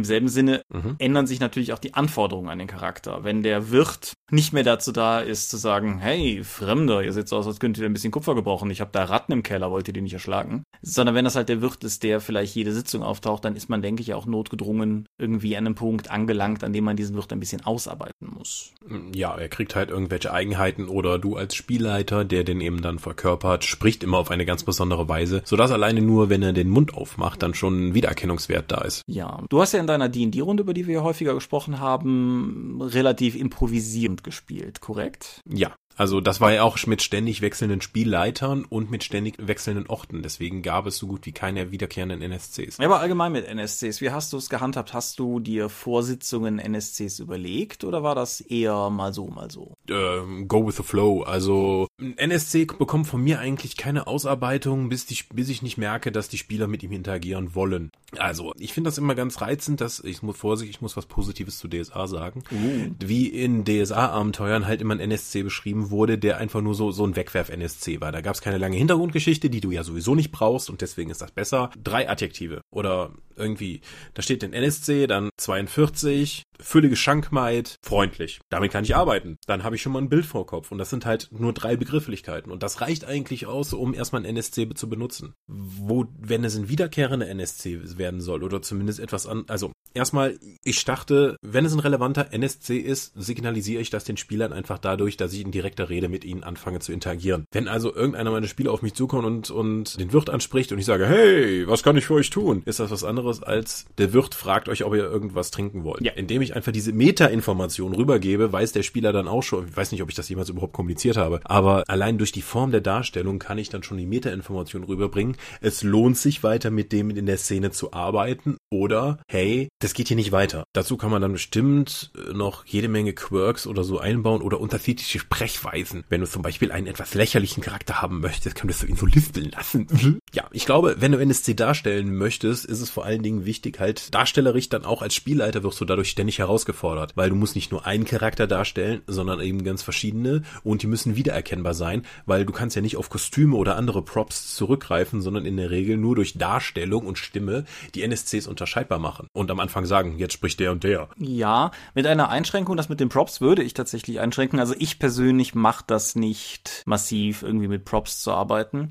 dem selben Sinne Mhm. ändern sich natürlich auch die Anforderungen an den Charakter. Wenn der Wirt nicht mehr dazu da ist, zu sagen, hey, Fremder, ihr seht so aus, als könnt ihr ein bisschen Kupfer gebrauchen, ich habe da Ratten im Keller, wollt ihr die nicht erschlagen? Sondern wenn das halt der Wirt ist, der vielleicht jede Sitzung auftaucht, dann ist man, denke ich, auch notgedrungen irgendwie an einem Punkt angelangt, an dem man diesen Wirt ein bisschen ausarbeiten muss. Ja, er kriegt halt irgendwelche Eigenheiten oder du als Spielleiter, der den eben dann verkörpert, spricht immer auf eine ganz besondere Weise, sodass alleine nur, wenn er den Mund aufmacht, dann schon ein Wiedererkennungswert da ist. Ja, du hast ja in deiner D und D-Runde, über die wir ja häufiger gesprochen haben, relativ improvisierend gespielt, korrekt? Ja. Also das war ja auch mit ständig wechselnden Spielleitern und mit ständig wechselnden Orten. Deswegen gab es so gut wie keine wiederkehrenden N S Cs. Ja, aber allgemein mit N S Cs, wie hast du es gehandhabt? Hast du dir Vorsitzungen N S Cs überlegt oder war das eher mal so, mal so? Ähm, go with the flow. Also ein N S C bekommt von mir eigentlich keine Ausarbeitung, bis, die, bis ich nicht merke, dass die Spieler mit ihm interagieren wollen. Also ich finde das immer ganz reizend, dass, ich muss Vorsicht, ich muss was Positives zu D S A sagen, Uh. wie in D S A-Abenteuern halt immer ein N S C beschrieben wurde, der einfach nur so so ein Wegwerf-N S C war. Da gab es keine lange Hintergrundgeschichte, die du ja sowieso nicht brauchst und deswegen ist das besser. Drei Adjektive oder irgendwie, da steht ein N S C, dann zweiundvierzig, füllige Schankmaid, freundlich. Damit kann ich arbeiten. Dann habe ich schon mal ein Bild vor Kopf und das sind halt nur drei Begrifflichkeiten und das reicht eigentlich aus, um erstmal ein N S C zu benutzen. Wo, wenn es ein wiederkehrender N S C werden soll oder zumindest etwas an, also erstmal, ich dachte, wenn es ein relevanter N S C ist, signalisiere ich das den Spielern einfach dadurch, dass ich in direkter Rede mit ihnen anfange zu interagieren. Wenn also irgendeiner meiner Spieler auf mich zukommt und, und den Wirt anspricht und ich sage, hey, was kann ich für euch tun? Ist das was anderes als der Wirt fragt euch, ob ihr irgendwas trinken wollt. Ja. Indem ich einfach diese Meta-Information rübergebe, weiß der Spieler dann auch schon, ich weiß nicht, ob ich das jemals überhaupt kommuniziert habe, aber allein durch die Form der Darstellung kann ich dann schon die Meta-Information rüberbringen. Es lohnt sich weiter mit dem in der Szene zu arbeiten oder, hey, das geht hier nicht weiter. Dazu kann man dann bestimmt noch jede Menge Quirks oder so einbauen oder unterschiedliche Sprechweisen. Wenn du zum Beispiel einen etwas lächerlichen Charakter haben möchtest, könntest du ihn so lispeln lassen. Ja, ich glaube, wenn du N S C darstellen möchtest, ist es vor allen Dingen wichtig, halt darstellerisch dann auch als Spielleiter wirst du dadurch ständig herausgefordert, weil du musst nicht nur einen Charakter darstellen, sondern eben ganz verschiedene und die müssen wiedererkennbar sein, weil du kannst ja nicht auf Kostüme oder andere Props zurückgreifen, sondern in der Regel nur durch Darstellung und Stimme die N S Cs unterscheidbar machen und am Anfang sagen, jetzt spricht der und der. Ja, mit einer Einschränkung, das mit den Props würde ich tatsächlich einschränken. Also ich persönlich mache das nicht massiv, irgendwie mit Props zu arbeiten.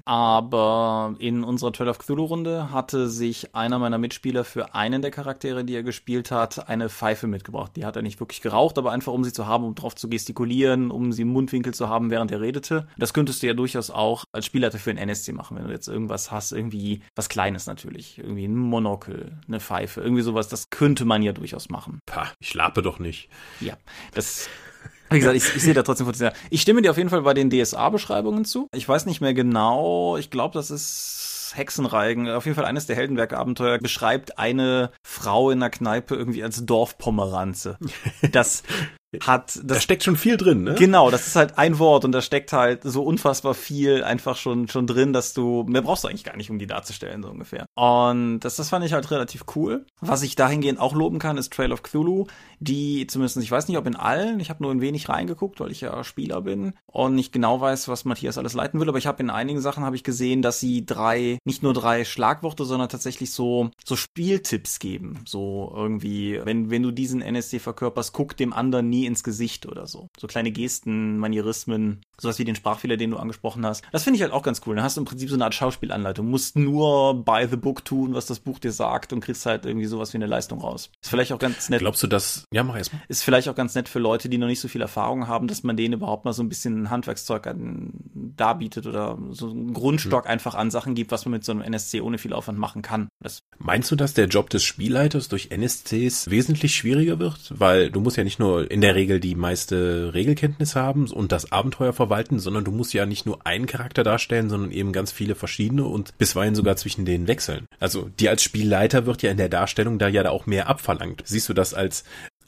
Aber in unserer Trail of Cthulhu-Runde hatte sich einer meiner Mitspieler für einen der Charaktere, die er gespielt hat, eine Pfeife mitgebracht. Die hat er nicht wirklich geraucht, aber einfach um sie zu haben, um drauf zu gestikulieren, um sie im Mundwinkel zu haben, während er redete. Das könntest du ja durchaus auch als Spielleiter für einen N S C machen, wenn du jetzt irgendwas hast, irgendwie was Kleines natürlich. Irgendwie ein Monokel, eine Pfeife, irgendwie sowas, das könnte man ja durchaus machen. Pah, ich schlafe doch nicht. Ja, das... Wie gesagt, ich, ich sehe da trotzdem Potenzial. Ich stimme dir auf jeden Fall bei den D S A-Beschreibungen zu. Ich weiß nicht mehr genau, ich glaube, das ist Hexenreigen. Auf jeden Fall eines der Heldenwerke-Abenteuer beschreibt eine Frau in einer Kneipe irgendwie als Dorfpomeranze. Das hat... Das da steckt schon viel drin, ne? Genau, das ist halt ein Wort und da steckt halt so unfassbar viel einfach schon schon drin, dass du... Mehr brauchst du eigentlich gar nicht, um die darzustellen, so ungefähr. Und das, das fand ich halt relativ cool. Was ich dahingehend auch loben kann, ist Trail of Cthulhu, die zumindest, ich weiß nicht, ob in allen, ich habe nur ein wenig reingeguckt, weil ich ja Spieler bin und nicht genau weiß, was Matthias alles leiten will, aber ich habe in einigen Sachen habe ich gesehen, dass sie drei, nicht nur drei Schlagworte, sondern tatsächlich so so Spieltipps geben. So irgendwie, wenn wenn du diesen N S C verkörperst, guck dem anderen nie ins Gesicht oder so. So kleine Gesten, Manierismen, sowas wie den Sprachfehler, den du angesprochen hast. Das finde ich halt auch ganz cool. Dann hast du im Prinzip so eine Art Schauspielanleitung. Du musst nur by the book tun, was das Buch dir sagt und kriegst halt irgendwie sowas wie eine Leistung raus. Ist vielleicht auch ganz nett. Glaubst du, dass... Ja, mach erst mal. Ist vielleicht auch ganz nett für Leute, die noch nicht so viel Erfahrung haben, dass man denen überhaupt mal so ein bisschen Handwerkszeug an, darbietet oder so einen Grundstock hm. einfach an Sachen gibt, was man mit so einem N S C ohne viel Aufwand machen kann. Das Meinst du, dass der Job des Spielleiters durch N S Cs wesentlich schwieriger wird? Weil du musst ja nicht nur in der Regel die meiste Regelkenntnis haben und das Abenteuer verwalten, sondern du musst ja nicht nur einen Charakter darstellen, sondern eben ganz viele verschiedene und bisweilen sogar zwischen denen wechseln. Also dir als Spielleiter wird ja in der Darstellung da ja auch mehr abverlangt. Siehst du das als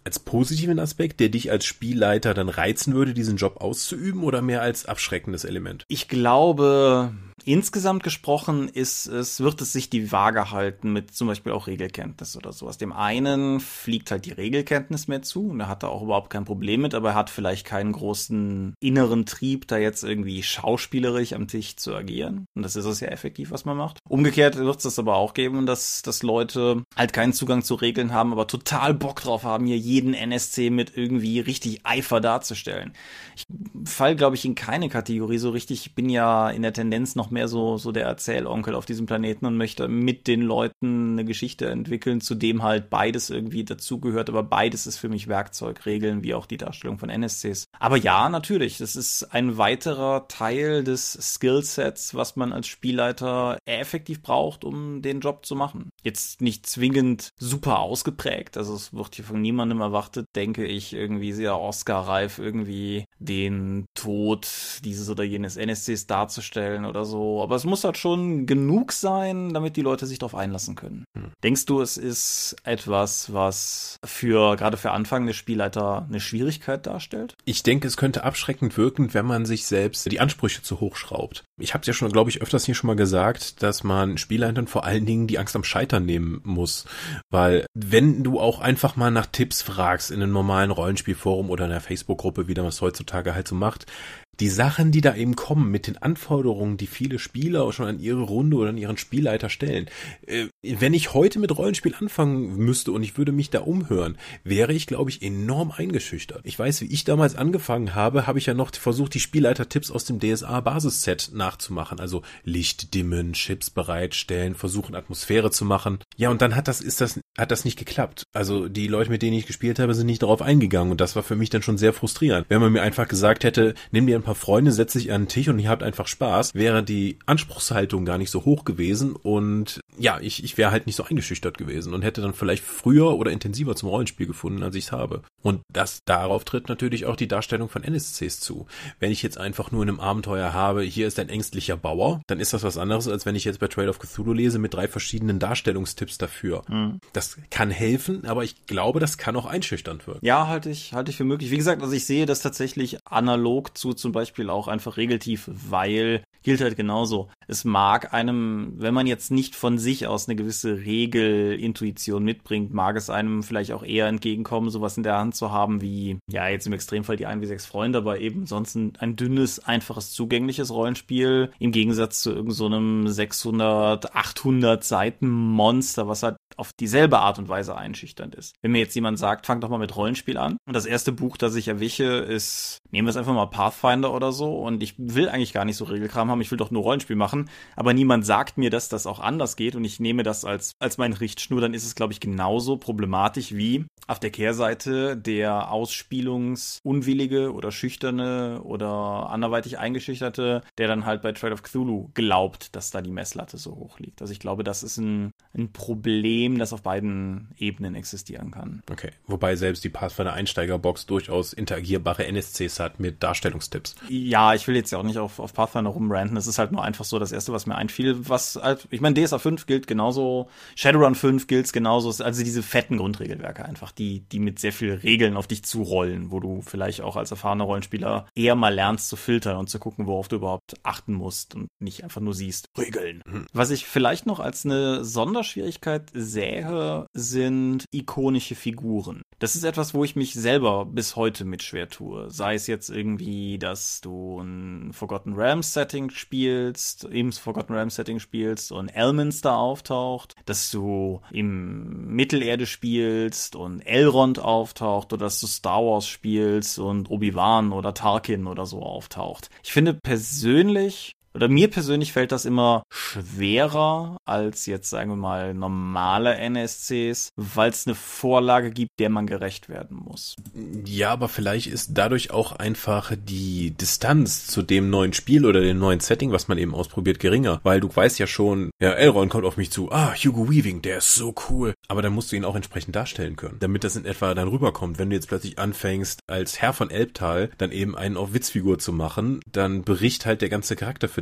als positiven Aspekt, der dich als Spielleiter dann reizen würde, diesen Job auszuüben, oder mehr als abschreckendes Element? Ich glaube, insgesamt gesprochen ist es, wird es sich die Waage halten mit zum Beispiel auch Regelkenntnis oder sowas. Dem einen fliegt halt die Regelkenntnis mehr zu und er hat da auch überhaupt kein Problem mit, aber er hat vielleicht keinen großen inneren Trieb, da jetzt irgendwie schauspielerisch am Tisch zu agieren. Und das ist es ja effektiv, was man macht. Umgekehrt wird es das aber auch geben, dass, dass Leute halt keinen Zugang zu Regeln haben, aber total Bock drauf haben, hier jeden N S C mit irgendwie richtig Eifer darzustellen. Ich fall, glaube ich, in keine Kategorie so richtig. Ich bin ja in der Tendenz noch mehr so, so der Erzählonkel auf diesem Planeten und möchte mit den Leuten eine Geschichte entwickeln, zu dem halt beides irgendwie dazugehört, aber beides ist für mich Werkzeug, Regeln, wie auch die Darstellung von N S Cs. Aber ja, natürlich, das ist ein weiterer Teil des Skillsets, was man als Spielleiter effektiv braucht, um den Job zu machen. Jetzt nicht zwingend super ausgeprägt, also es wird hier von niemandem erwartet, denke ich, irgendwie sehr Oscar-reif irgendwie den Tod dieses oder jenes N S Cs darzustellen oder so. Aber es muss halt schon genug sein, damit die Leute sich darauf einlassen können. Hm. Denkst du, es ist etwas, was für gerade für anfangende Spielleiter eine Schwierigkeit darstellt? Ich denke, es könnte abschreckend wirken, wenn man sich selbst die Ansprüche zu hoch schraubt. Ich habe es ja schon, glaube ich, öfters hier schon mal gesagt, dass man Spielleitern vor allen Dingen die Angst am Scheitern nehmen muss. Weil wenn du auch einfach mal nach Tipps fragst in einem normalen Rollenspielforum oder in einer Facebook-Gruppe, wie man es heutzutage halt so macht, die Sachen, die da eben kommen mit den Anforderungen, die viele Spieler schon an ihre Runde oder an ihren Spielleiter stellen. Äh, wenn ich heute mit Rollenspiel anfangen müsste und ich würde mich da umhören, wäre ich, glaube ich, enorm eingeschüchtert. Ich weiß, wie ich damals angefangen habe, habe ich ja noch versucht, die Spielleiter-Tipps aus dem D S A-Basisset nachzumachen. Also Licht dimmen, Chips bereitstellen, versuchen Atmosphäre zu machen. Ja, und dann hat das, ist das, hat das nicht geklappt. Also die Leute, mit denen ich gespielt habe, sind nicht darauf eingegangen und das war für mich dann schon sehr frustrierend. Wenn man mir einfach gesagt hätte, nimm dir ein paar Freunde, setzt dich an den Tisch und ihr habt einfach Spaß, wäre die Anspruchshaltung gar nicht so hoch gewesen und ja, ich, ich wäre halt nicht so eingeschüchtert gewesen und hätte dann vielleicht früher oder intensiver zum Rollenspiel gefunden, als ich es habe. Und das darauf tritt natürlich auch die Darstellung von N S Cs zu. Wenn ich jetzt einfach nur in einem Abenteuer habe, hier ist ein ängstlicher Bauer, dann ist das was anderes, als wenn ich jetzt bei Trail of Cthulhu lese mit drei verschiedenen Darstellungstipps dafür. Mhm. Das kann helfen, aber ich glaube, das kann auch einschüchternd wirken. Ja, halte ich, halte ich für möglich. Wie gesagt, also ich sehe das tatsächlich analog zu zum Beispiel auch einfach regeltief, weil gilt halt genauso. Es mag einem, wenn man jetzt nicht von sich aus eine gewisse Regelintuition mitbringt, mag es einem vielleicht auch eher entgegenkommen, sowas in der Hand zu haben wie, ja, jetzt im Extremfall die ein wie sechs Freunde, aber eben sonst ein, ein dünnes, einfaches, zugängliches Rollenspiel im Gegensatz zu irgend so einem sechshundert, achthundert Seiten Monster, was halt auf dieselbe Art und Weise einschüchternd ist. Wenn mir jetzt jemand sagt, fang doch mal mit Rollenspiel an und das erste Buch, das ich erwische, ist, nehmen wir es einfach mal Pathfinder oder so und ich will eigentlich gar nicht so Regelkram haben, ich will doch nur Rollenspiel machen, aber niemand sagt mir, dass das auch anders geht und ich nehme das als, als meine Richtschnur, dann ist es, glaube ich, genauso problematisch wie auf der Kehrseite der Ausspielungsunwillige oder Schüchterne oder anderweitig Eingeschüchterte, der dann halt bei Trail of Cthulhu glaubt, dass da die Messlatte so hoch liegt. Also ich glaube, das ist ein, ein Problem, das auf beiden Ebenen existieren kann. Okay, wobei selbst die Pathfinder-Einsteigerbox durchaus interagierbare N S Cs hat mit Darstellungstipps. Ja, ich will jetzt ja auch nicht auf, auf Pathfinder rumranten, es ist halt nur einfach so das Erste, was mir einfiel, was halt, ich meine, D S A fünf gilt genauso, Shadowrun fünf gilt genauso, also diese fetten Grundregelwerke einfach, die, die mit sehr viel Regeln auf dich zurollen, wo du vielleicht auch als erfahrener Rollenspieler eher mal lernst zu filtern und zu gucken, worauf du überhaupt achten musst und nicht einfach nur siehst, Regeln. Mhm. Was ich vielleicht noch als eine Sonderschwierigkeit sähe, sind ikonische Figuren. Das ist etwas, wo ich mich selber bis heute mit schwer tue. Sei es jetzt irgendwie, dass du ein Forgotten Realms Setting spielst, eben das Forgotten Realms Setting spielst und Elminster auftaucht, dass du im Mittelerde spielst und Elrond auftaucht oder dass du Star Wars spielst und Obi-Wan oder Tarkin oder so auftaucht. Ich finde persönlich Oder mir persönlich fällt das immer schwerer als jetzt, sagen wir mal, normale N S Cs, weil es eine Vorlage gibt, der man gerecht werden muss. Ja, aber vielleicht ist dadurch auch einfach die Distanz zu dem neuen Spiel oder dem neuen Setting, was man eben ausprobiert, geringer. Weil du weißt ja schon, ja, Elrond kommt auf mich zu, ah, Hugo Weaving, der ist so cool. Aber dann musst du ihn auch entsprechend darstellen können, damit das in etwa dann rüberkommt. Wenn du jetzt plötzlich anfängst, als Herr von Elbtal dann eben einen auf Witzfigur zu machen, dann bricht halt der ganze Charakter für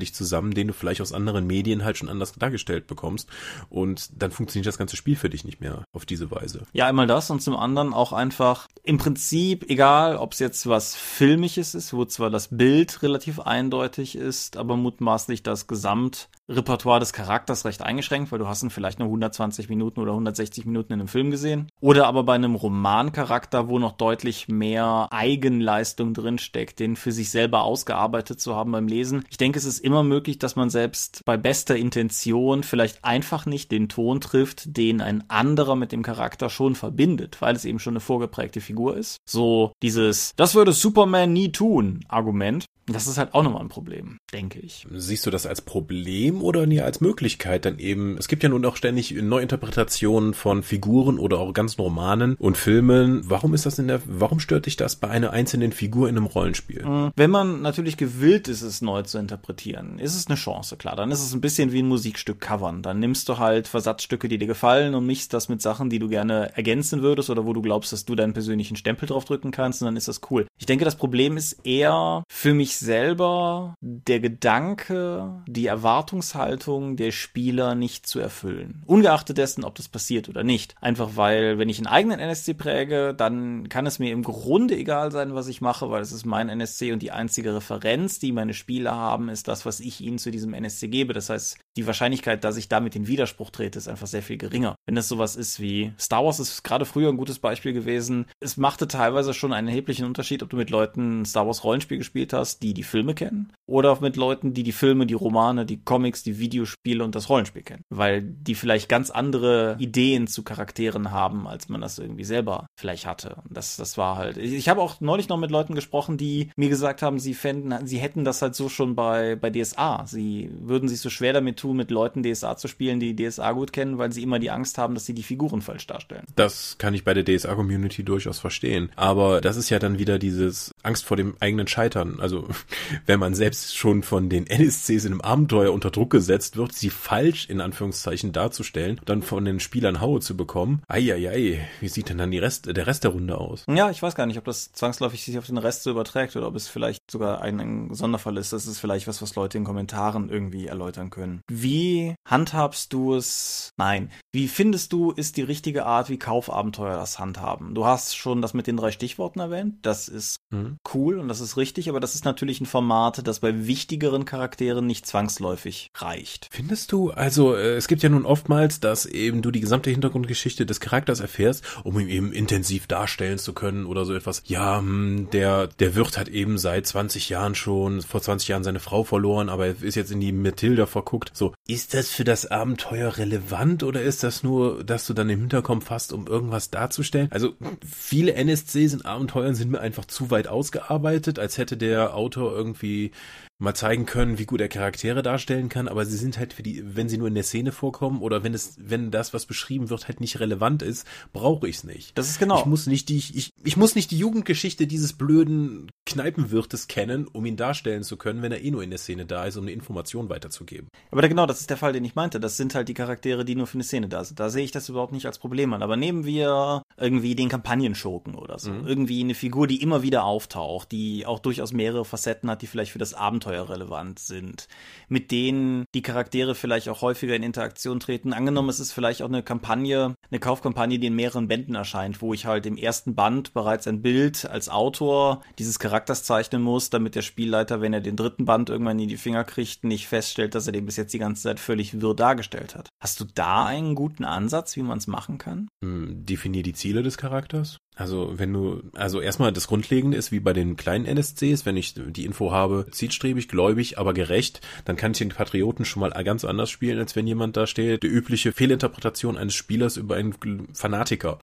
dich zusammen, den du vielleicht aus anderen Medien halt schon anders dargestellt bekommst und dann funktioniert das ganze Spiel für dich nicht mehr auf diese Weise. Ja, einmal das und zum anderen auch einfach im Prinzip, egal ob es jetzt was Filmisches ist, wo zwar das Bild relativ eindeutig ist, aber mutmaßlich das Gesamtrepertoire des Charakters recht eingeschränkt, weil du hast ihn vielleicht nur hundertzwanzig Minuten oder hundertsechzig Minuten in einem Film gesehen. Oder aber bei einem Romancharakter, wo noch deutlich mehr Eigenleistung drinsteckt, den für sich selber ausgearbeitet zu haben beim Lesen. Ich denke, es ist immer möglich, dass man selbst bei bester Intention vielleicht einfach nicht den Ton trifft, den ein anderer mit dem Charakter schon verbindet, weil es eben schon eine vorgeprägte Figur ist. So dieses, das würde Superman nie tun, Argument. Das ist halt auch nochmal ein Problem, denke ich. Siehst du das als Problem oder nie als Möglichkeit? Dann eben, es gibt ja nun auch ständig Neuinterpretationen von Figuren oder auch ganzen Romanen und Filmen. Warum ist das in der, warum stört dich das bei einer einzelnen Figur in einem Rollenspiel? Wenn man natürlich gewillt ist, es neu zu interpretieren, ist es eine Chance, klar. Dann ist es ein bisschen wie ein Musikstück covern. Dann nimmst du halt Versatzstücke, die dir gefallen und mischst das mit Sachen, die du gerne ergänzen würdest oder wo du glaubst, dass du deinen persönlichen Stempel drauf drücken kannst und dann ist das cool. Ich denke, das Problem ist eher für mich selber der Gedanke, die Erwartungshaltung der Spieler nicht zu erfüllen. Ungeachtet dessen, ob das passiert oder nicht. Einfach weil, wenn ich einen eigenen N S C präge, dann kann es mir im Grunde egal sein, was ich mache, weil es ist mein N S C und die einzige Referenz, die meine Spieler haben, ist das, was ich ihnen zu diesem N S C gebe. Das heißt, die Wahrscheinlichkeit, dass ich damit in Widerspruch trete, ist einfach sehr viel geringer. Wenn es sowas ist wie Star Wars, ist gerade früher ein gutes Beispiel gewesen. Es machte teilweise schon einen erheblichen Unterschied, ob du mit Leuten ein Star Wars Rollenspiel gespielt hast, die die Filme kennen, oder mit Leuten, die die Filme, die Romane, die Comics, die Videospiele und das Rollenspiel kennen. Weil die vielleicht ganz andere Ideen zu Charakteren haben, als man das irgendwie selber vielleicht hatte. Und das, das war halt... Ich habe auch neulich noch mit Leuten gesprochen, die mir gesagt haben, sie fänden, sie hätten das halt so schon bei, bei D S A. Sie würden sich so schwer damit tun, mit Leuten D S A zu spielen, die D S A gut kennen, weil sie immer die Angst haben, dass sie die Figuren falsch darstellen. Das kann ich bei der D S A-Community durchaus verstehen. Aber das ist ja dann wieder dieses Angst vor dem eigenen Scheitern. Also wenn man selbst schon von den N S Cs in einem Abenteuer unter Druck gesetzt wird, sie falsch in Anführungszeichen darzustellen, dann von den Spielern Haue zu bekommen, eieiei, wie sieht denn dann die Rest, der Rest der Runde aus? Ja, ich weiß gar nicht, ob das zwangsläufig sich auf den Rest so überträgt oder ob es vielleicht sogar ein, ein Sonderfall ist. Das ist vielleicht was, was Leute in Kommentaren irgendwie erläutern können. Wie handhabst du es? Nein. Wie findest du, ist die richtige Art, wie Kaufabenteuer das handhaben? Du hast schon das mit den drei Stichworten erwähnt. Das ist mhm. cool und das ist richtig, aber das ist natürlich ein Format, das bei wichtigeren Charakteren nicht zwangsläufig reicht. Findest du? Also äh, es gibt ja nun oftmals, dass eben du die gesamte Hintergrundgeschichte des Charakters erfährst, um ihn eben intensiv darstellen zu können oder so etwas. Ja, hm, der der Wirt hat eben seit zwanzig Jahren schon, vor zwanzig Jahren seine Frau verloren, aber er ist jetzt in die Mathilda verguckt. So, ist das für das Abenteuer relevant oder ist das nur, dass du dann im Hinterkopf hast, um irgendwas darzustellen? Also viele N S Cs in Abenteuern sind mir einfach zu weit ausgearbeitet, als hätte der Autor irgendwie mal zeigen können, wie gut er Charaktere darstellen kann, aber sie sind halt für die, wenn sie nur in der Szene vorkommen oder wenn es, wenn das, was beschrieben wird, halt nicht relevant ist, brauche ich es nicht. Das ist genau. Ich muss nicht die, ich, ich muss nicht die Jugendgeschichte dieses blöden Kneipenwirtes kennen, um ihn darstellen zu können, wenn er eh nur in der Szene da ist, um eine Information weiterzugeben. Aber da, genau, das ist der Fall, den ich meinte. Das sind halt die Charaktere, die nur für eine Szene da sind. Da sehe ich das überhaupt nicht als Problem an. Aber nehmen wir irgendwie den Kampagnenschurken oder so. Mhm. Irgendwie eine Figur, die immer wieder auftaucht, die auch durchaus mehrere Facetten hat, die vielleicht für das Abenteuer relevant sind, mit denen die Charaktere vielleicht auch häufiger in Interaktion treten. Angenommen, es ist vielleicht auch eine Kampagne, eine Kaufkampagne, die in mehreren Bänden erscheint, wo ich halt im ersten Band bereits ein Bild als Autor dieses Charakters zeichnen muss, damit der Spielleiter, wenn er den dritten Band irgendwann in die Finger kriegt, nicht feststellt, dass er den bis jetzt die ganze Zeit völlig wirr dargestellt hat. Hast du da einen guten Ansatz, wie man es machen kann? Hm, definier die Ziele des Charakters. Also wenn du, also erstmal das Grundlegende ist wie bei den kleinen N S Cs, wenn ich die Info habe, zielstrebig, gläubig, aber gerecht, dann kann ich den Patrioten schon mal ganz anders spielen, als wenn jemand da steht, die übliche Fehlinterpretation eines Spielers über einen Fanatiker.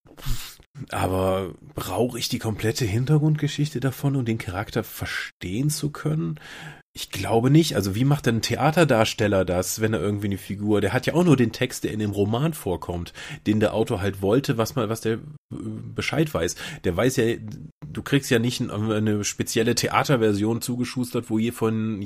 Aber brauche ich die komplette Hintergrundgeschichte davon, um den Charakter verstehen zu können? Ich glaube nicht. Also wie macht denn ein Theaterdarsteller das, wenn er irgendwie eine Figur, der hat ja auch nur den Text, der in dem Roman vorkommt, den der Autor halt wollte, was man, was der Bescheid weiß. Der weiß ja, du kriegst ja nicht eine spezielle Theaterversion zugeschustert, wo je von jedem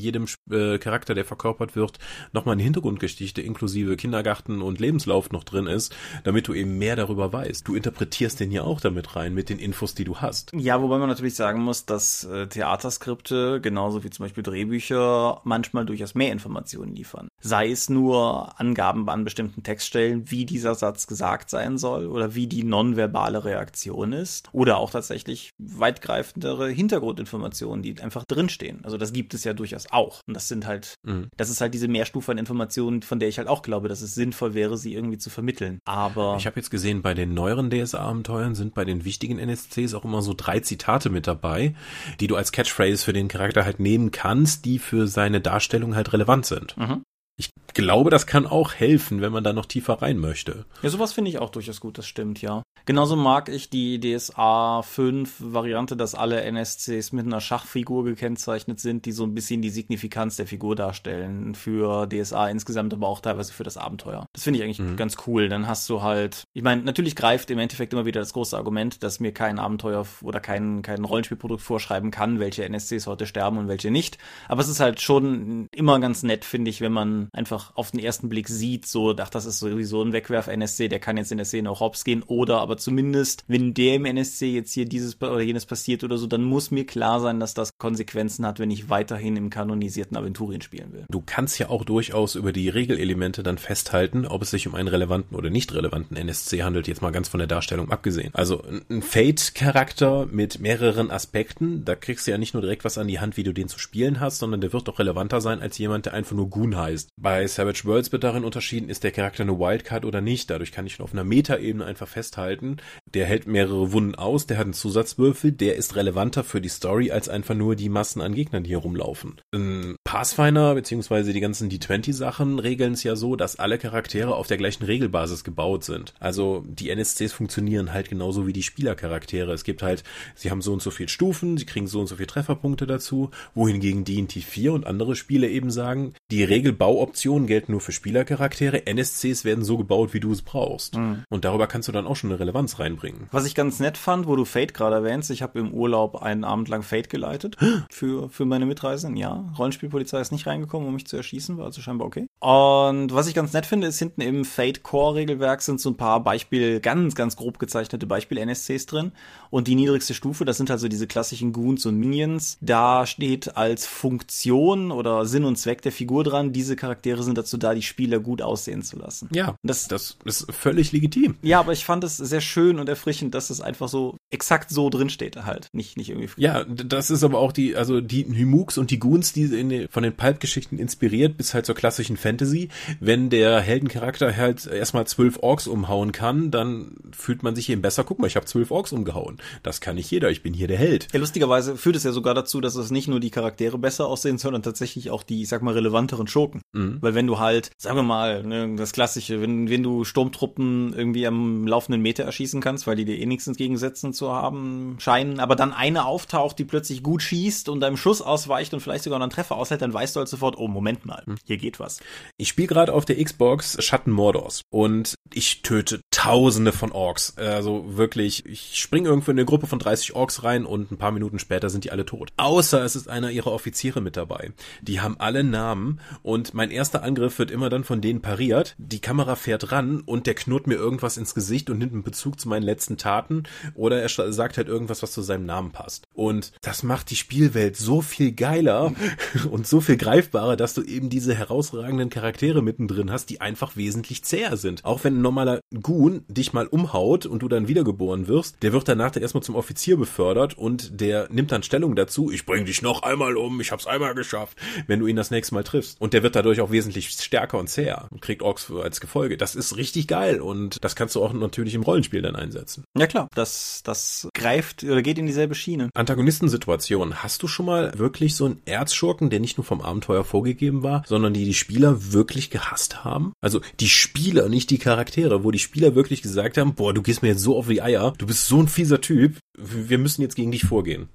äh, Charakter, der verkörpert wird, nochmal eine Hintergrundgeschichte inklusive Kindergarten und Lebenslauf noch drin ist, damit du eben mehr darüber weißt. Du interpretierst den ja auch damit rein, mit den Infos, die du hast. Ja, wobei man natürlich sagen muss, dass äh, Theaterskripte, genauso wie zum Beispiel Drehbücher, manchmal durchaus mehr Informationen liefern. Sei es nur Angaben an bestimmten Textstellen, wie dieser Satz gesagt sein soll oder wie die nonverbale Reaktion ist, oder auch tatsächlich weitgreifendere Hintergrundinformationen, die einfach drinstehen. Also das gibt es ja durchaus auch. Und das sind halt, mhm. das ist halt diese Mehrstufe an Informationen, von der ich halt auch glaube, dass es sinnvoll wäre, sie irgendwie zu vermitteln. Aber ich habe jetzt gesehen, bei den neueren D S A-Abenteuern sind bei den wichtigen N S Cs auch immer so drei Zitate mit dabei, die du als Catchphrase für den Charakter halt nehmen kannst, die für seine Darstellung halt relevant sind. Mhm. Ich glaube, das kann auch helfen, wenn man da noch tiefer rein möchte. Ja, sowas finde ich auch durchaus gut, das stimmt, ja. Genauso mag ich die D S A fünf Variante, dass alle N S Cs mit einer Schachfigur gekennzeichnet sind, die so ein bisschen die Signifikanz der Figur darstellen für D S A insgesamt, aber auch teilweise für das Abenteuer. Das finde ich eigentlich mhm. ganz cool. Dann hast du halt, ich meine, natürlich greift im Endeffekt immer wieder das große Argument, dass mir kein Abenteuer oder kein, kein Rollenspielprodukt vorschreiben kann, welche N S Cs heute sterben und welche nicht. Aber es ist halt schon immer ganz nett, finde ich, wenn man einfach auf den ersten Blick sieht, so, ach, das ist sowieso ein Wegwerf-N S C, der kann jetzt in der Szene auch hops gehen, oder aber zumindest, wenn der im N S C jetzt hier dieses oder jenes passiert oder so, dann muss mir klar sein, dass das Konsequenzen hat, wenn ich weiterhin im kanonisierten Aventurien spielen will. Du kannst ja auch durchaus über die Regelelemente dann festhalten, ob es sich um einen relevanten oder nicht relevanten N S C handelt, jetzt mal ganz von der Darstellung abgesehen. Also ein Fate-Charakter mit mehreren Aspekten, da kriegst du ja nicht nur direkt was an die Hand, wie du den zu spielen hast, sondern der wird auch relevanter sein als jemand, der einfach nur Goon heißt. Bei Savage Worlds wird darin unterschieden, ist der Charakter eine Wildcard oder nicht. Dadurch kann ich schon auf einer Meta-Ebene einfach festhalten, der hält mehrere Wunden aus, der hat einen Zusatzwürfel, der ist relevanter für die Story als einfach nur die Massen an Gegnern, die hier rumlaufen. In Pathfinder beziehungsweise die ganzen D zwanzig Sachen regeln es ja so, dass alle Charaktere auf der gleichen Regelbasis gebaut sind. Also die N S Cs funktionieren halt genauso wie die Spielercharaktere. Es gibt halt, sie haben so und so viele Stufen, sie kriegen so und so viele Trefferpunkte dazu, wohingegen D und D vier und andere Spiele eben sagen, die Regelbauoptionen gelten nur für Spielercharaktere, N S Cs werden so gebaut, wie du es brauchst. Mhm. Und darüber kannst du dann auch schon eine Relevanz reinbringen. Was ich ganz nett fand, wo du Fate gerade erwähnst, ich habe im Urlaub einen Abend lang Fate geleitet für, für meine Mitreisenden, ja. Rollenspielpolizei ist nicht reingekommen, um mich zu erschießen, war also scheinbar okay. Und was ich ganz nett finde, ist hinten im Fate-Core-Regelwerk sind so ein paar Beispiel, ganz, ganz grob gezeichnete Beispiel-N S Cs drin. Und die niedrigste Stufe, das sind also diese klassischen Goons und Minions. Da steht als Funktion oder Sinn und Zweck der Figur dran, diese Charaktere sind dazu da, die Spieler gut aussehen zu lassen. Ja, das, das ist völlig legitim. Ja, aber ich fand es sehr schön und erfrischend, dass es einfach so exakt so drin steht halt. Nicht, nicht irgendwie. Ja, das ist aber auch die, also die Hymooks und die Goons, die in den, von den Pulp-Geschichten inspiriert, bis halt zur klassischen Fantasy. Wenn der Heldencharakter halt erstmal zwölf Orks umhauen kann, dann fühlt man sich eben besser. Guck mal, ich habe zwölf Orks umgehauen. Das kann nicht jeder, ich bin hier der Held. Ja, lustigerweise führt es ja sogar dazu, dass es nicht nur die Charaktere besser aussehen, sondern tatsächlich auch die, ich sag mal, relevanteren Schurken. Mhm. Weil wenn du halt, sagen wir mal, ne, das Klassische, wenn, wenn du Sturmtruppen irgendwie am laufenden Meter erschießen kannst, weil die dir eh nichts entgegensetzen zu haben scheinen, aber dann eine auftaucht, die plötzlich gut schießt und deinem Schuss ausweicht und vielleicht sogar noch einen Treffer aushält, dann weißt du halt sofort, oh, Moment mal, hier geht was. Ich spiele gerade auf der Xbox Schatten Mordors und ich töte tausende von Orks. Also wirklich, ich springe irgendwo in eine Gruppe von dreißig Orks rein und ein paar Minuten später sind die alle tot. Außer es ist einer ihrer Offiziere mit dabei. Die haben alle Namen und mein erster Angriff wird immer dann von denen pariert. Die Kamera fährt ran und der knurrt mir irgendwas ins Gesicht und nimmt einen Bezug zu meinen letzten Taten oder er sagt halt irgendwas, was zu seinem Namen passt. Und das macht die Spielwelt so viel geiler und so viel greifbarer, dass du eben diese herausragenden Charaktere mittendrin hast, die einfach wesentlich zäher sind. Auch wenn ein normaler Goon dich mal umhaut und du dann wiedergeboren wirst, der wird danach dann erstmal zum Offizier befördert und der nimmt dann Stellung dazu, ich bring dich noch einmal um, ich hab's einmal geschafft, wenn du ihn das nächste Mal triffst. Und der wird dadurch auch wesentlich stärker und zäher und kriegt Orks als Gefolge. Das ist richtig geil und das kannst du auch natürlich im Rollenspiel dann einsetzen. Ja klar, das, das greift oder geht in dieselbe Schiene. Antagonistensituation. Hast du schon mal wirklich so einen Erzschurken, der nicht nur vom Abenteuer vorgegeben war, sondern die die Spieler wirklich gehasst haben? Also die Spieler, nicht die Charaktere, wo die Spieler wirklich gesagt haben, boah, du gehst mir jetzt so auf die Eier, du bist so ein fieser Typ, wir müssen jetzt gegen dich vorgehen.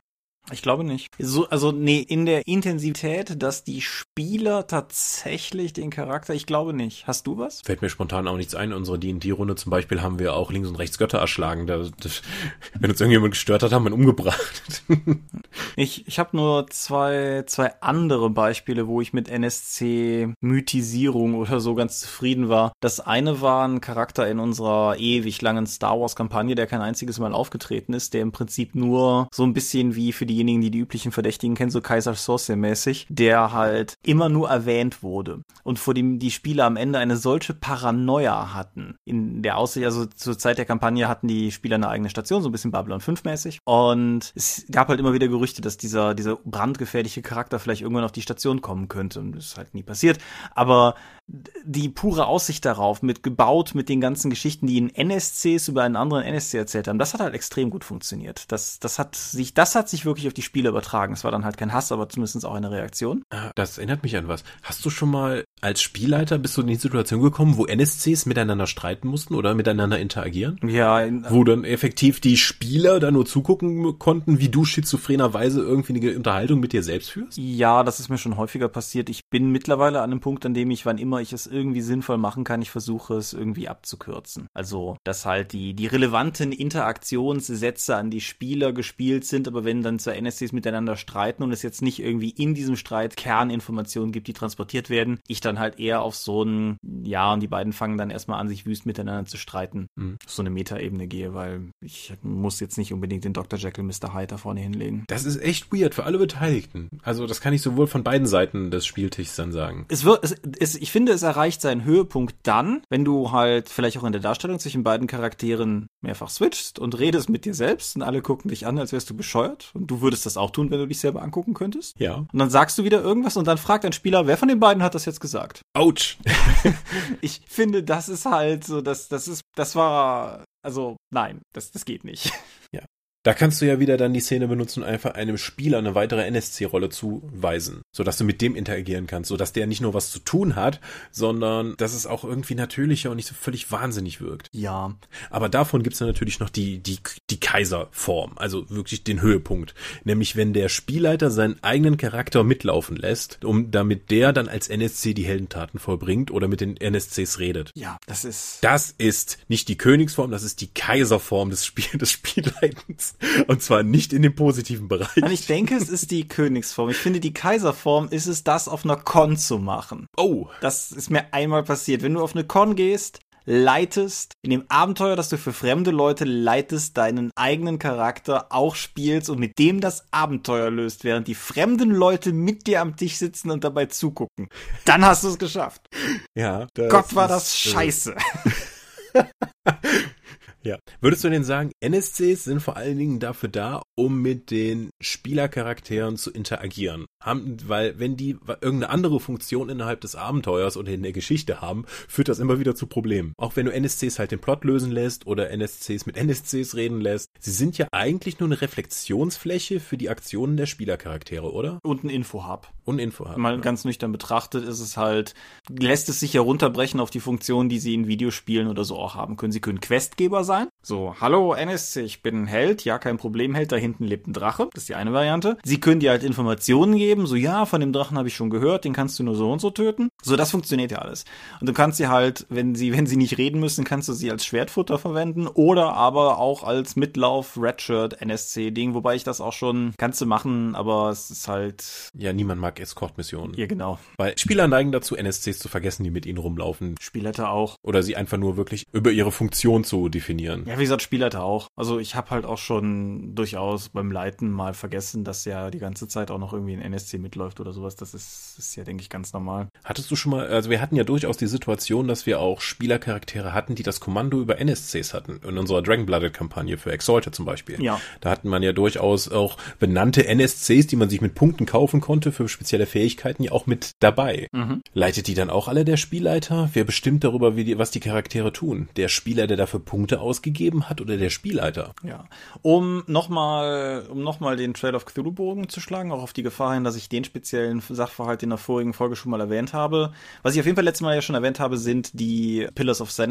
Ich glaube nicht. So, also nee, in der Intensität, dass die Spieler tatsächlich den Charakter, ich glaube nicht. Hast du was? Fällt mir spontan auch nichts ein. Unsere D und D-Runde zum Beispiel haben wir auch links und rechts Götter erschlagen. Da, das, wenn uns irgendjemand gestört hat, haben wir ihn umgebracht. Ich, ich habe nur zwei, zwei andere Beispiele, wo ich mit N S C-Mythisierung oder so ganz zufrieden war. Das eine war ein Charakter in unserer ewig langen Star Wars-Kampagne, der kein einziges Mal aufgetreten ist, der im Prinzip nur so ein bisschen wie für diejenigen, die die üblichen Verdächtigen kennen, so Kaiser Soze-mäßig, der halt immer nur erwähnt wurde und vor dem die Spieler am Ende eine solche Paranoia hatten. In der Aussicht, also zur Zeit der Kampagne hatten die Spieler eine eigene Station, so ein bisschen Babylon fünf mäßig, und es gab halt immer wieder Gerüchte, dass dieser, dieser brandgefährliche Charakter vielleicht irgendwann auf die Station kommen könnte, und das ist halt nie passiert, aber die pure Aussicht darauf, mit gebaut mit den ganzen Geschichten, die in N S Cs über einen anderen N S C erzählt haben, das hat halt extrem gut funktioniert. Das, das hat sich, das hat sich wirklich auf die Spieler übertragen. Es war dann halt kein Hass, aber zumindest auch eine Reaktion. Das erinnert mich an was. Hast du schon mal als Spielleiter, bist du in die Situation gekommen, wo N S Cs miteinander streiten mussten oder miteinander interagieren? Ja. In, wo dann effektiv die Spieler da nur zugucken konnten, wie du schizophrenerweise irgendwie eine Unterhaltung mit dir selbst führst? Ja, das ist mir schon häufiger passiert. Ich bin mittlerweile an einem Punkt, an dem ich, wann immer ich es irgendwie sinnvoll machen kann, ich versuche es irgendwie abzukürzen. Also, dass halt die, die relevanten Interaktionssätze an die Spieler gespielt sind, aber wenn dann zwei N S Cs miteinander streiten und es jetzt nicht irgendwie in diesem Streit Kerninformationen gibt, die transportiert werden, ich dann halt eher auf so ein, ja, und die beiden fangen dann erstmal an, sich wüst miteinander zu streiten, mhm. auf so eine Metaebene gehe, weil ich muss jetzt nicht unbedingt den Doktor Jekyll, Mister Hyde da vorne hinlegen. Das ist echt weird für alle Beteiligten. Also, das kann ich sowohl von beiden Seiten des Spieltischs dann sagen. Es wird, es, es, ich finde, es erreicht seinen Höhepunkt dann, wenn du halt vielleicht auch in der Darstellung zwischen beiden Charakteren mehrfach switchst und redest mit dir selbst und alle gucken dich an, als wärst du bescheuert, und du würdest das auch tun, wenn du dich selber angucken könntest. Ja. Und dann sagst du wieder irgendwas und dann fragt ein Spieler, wer von den beiden hat das jetzt gesagt? Autsch! Ich finde, das ist halt so, das, das ist, das war, also, nein, das, das geht nicht. Ja. Da kannst du ja wieder dann die Szene benutzen und einfach einem Spieler eine weitere N S C-Rolle zuweisen, sodass du mit dem interagieren kannst, sodass der nicht nur was zu tun hat, sondern dass es auch irgendwie natürlicher und nicht so völlig wahnsinnig wirkt. Ja. Aber davon gibt's dann natürlich noch die, die, die Kaiserform, also wirklich den Höhepunkt. Nämlich, wenn der Spielleiter seinen eigenen Charakter mitlaufen lässt, um damit der dann als N S C die Heldentaten vollbringt oder mit den N S Cs redet. Ja, das ist... Das ist nicht die Königsform, das ist die Kaiserform des, Spiel, des Spielleitens. Und zwar nicht in dem positiven Bereich. Und ich denke, es ist die Königsform. Ich finde, die Kaiserform ist es, das auf einer Con zu machen. Oh. Das ist mir einmal passiert. Wenn du auf eine Con gehst, leitest, in dem Abenteuer, das du für fremde Leute leitest, deinen eigenen Charakter auch spielst und mit dem das Abenteuer löst, während die fremden Leute mit dir am Tisch sitzen und dabei zugucken. Dann hast du es geschafft. Ja. Gott, war das scheiße. Ja. Würdest du denn sagen, N S Cs sind vor allen Dingen dafür da, um mit den Spielercharakteren zu interagieren? Haben, weil wenn die irgendeine andere Funktion innerhalb des Abenteuers oder in der Geschichte haben, führt das immer wieder zu Problemen. Auch wenn du N S Cs halt den Plot lösen lässt oder N S Cs mit N S Cs reden lässt. Sie sind ja eigentlich nur eine Reflexionsfläche für die Aktionen der Spielercharaktere, oder? Und ein Info-Hub. Und ein Info-Hub. Mal ja. Ganz nüchtern betrachtet ist es halt, lässt es sich ja runterbrechen auf die Funktionen, die sie in Videospielen oder so auch haben können. Sie können Questgeber sein. So, hallo N S C, ich bin ein Held. Ja, kein Problem, Held, da hinten lebt ein Drache. Das ist die eine Variante. Sie können dir halt Informationen geben. So, ja, von dem Drachen habe ich schon gehört, den kannst du nur so und so töten. So, das funktioniert ja alles. Und du kannst sie halt, wenn sie, wenn sie nicht reden müssen, kannst du sie als Schwertfutter verwenden oder aber auch als Mitlauf-Redshirt N S C-Ding, wobei ich das auch schon, kannst du machen, aber es ist halt... Ja, niemand mag Escort-Missionen. Ja, genau. Weil Spieler neigen dazu, N S Cs zu vergessen, die mit ihnen rumlaufen. Spielleiter auch. Oder sie einfach nur wirklich über ihre Funktion zu definieren. Ja, wie gesagt, Spielleiter auch. Also ich habe halt auch schon durchaus beim Leiten mal vergessen, dass ja die ganze Zeit auch noch irgendwie ein N S C mitläuft oder sowas. Das ist, ist ja, denke ich, ganz normal. Hattest du schon mal, also wir hatten ja durchaus die Situation, dass wir auch Spielercharaktere hatten, die das Kommando über N S Cs hatten. In unserer Dragonblooded-Kampagne für Exalted zum Beispiel. Ja. Da hatten man ja durchaus auch benannte N S Cs, die man sich mit Punkten kaufen konnte für spezielle Fähigkeiten, ja auch mit dabei. Mhm. Leitet die dann auch alle der Spielleiter? Wer bestimmt darüber, wie die, was die Charaktere tun? Der Spieler, der dafür Punkte ausgegeben hat, oder der Spielleiter? Ja. Um nochmal, um nochmal den Trail of Cthulhu-Bogen zu schlagen, auch auf die Gefahr hin, dass ich den speziellen Sachverhalt in der vorigen Folge schon mal erwähnt habe. Was ich auf jeden Fall letztes Mal ja schon erwähnt habe, sind die Pillars of Sanity.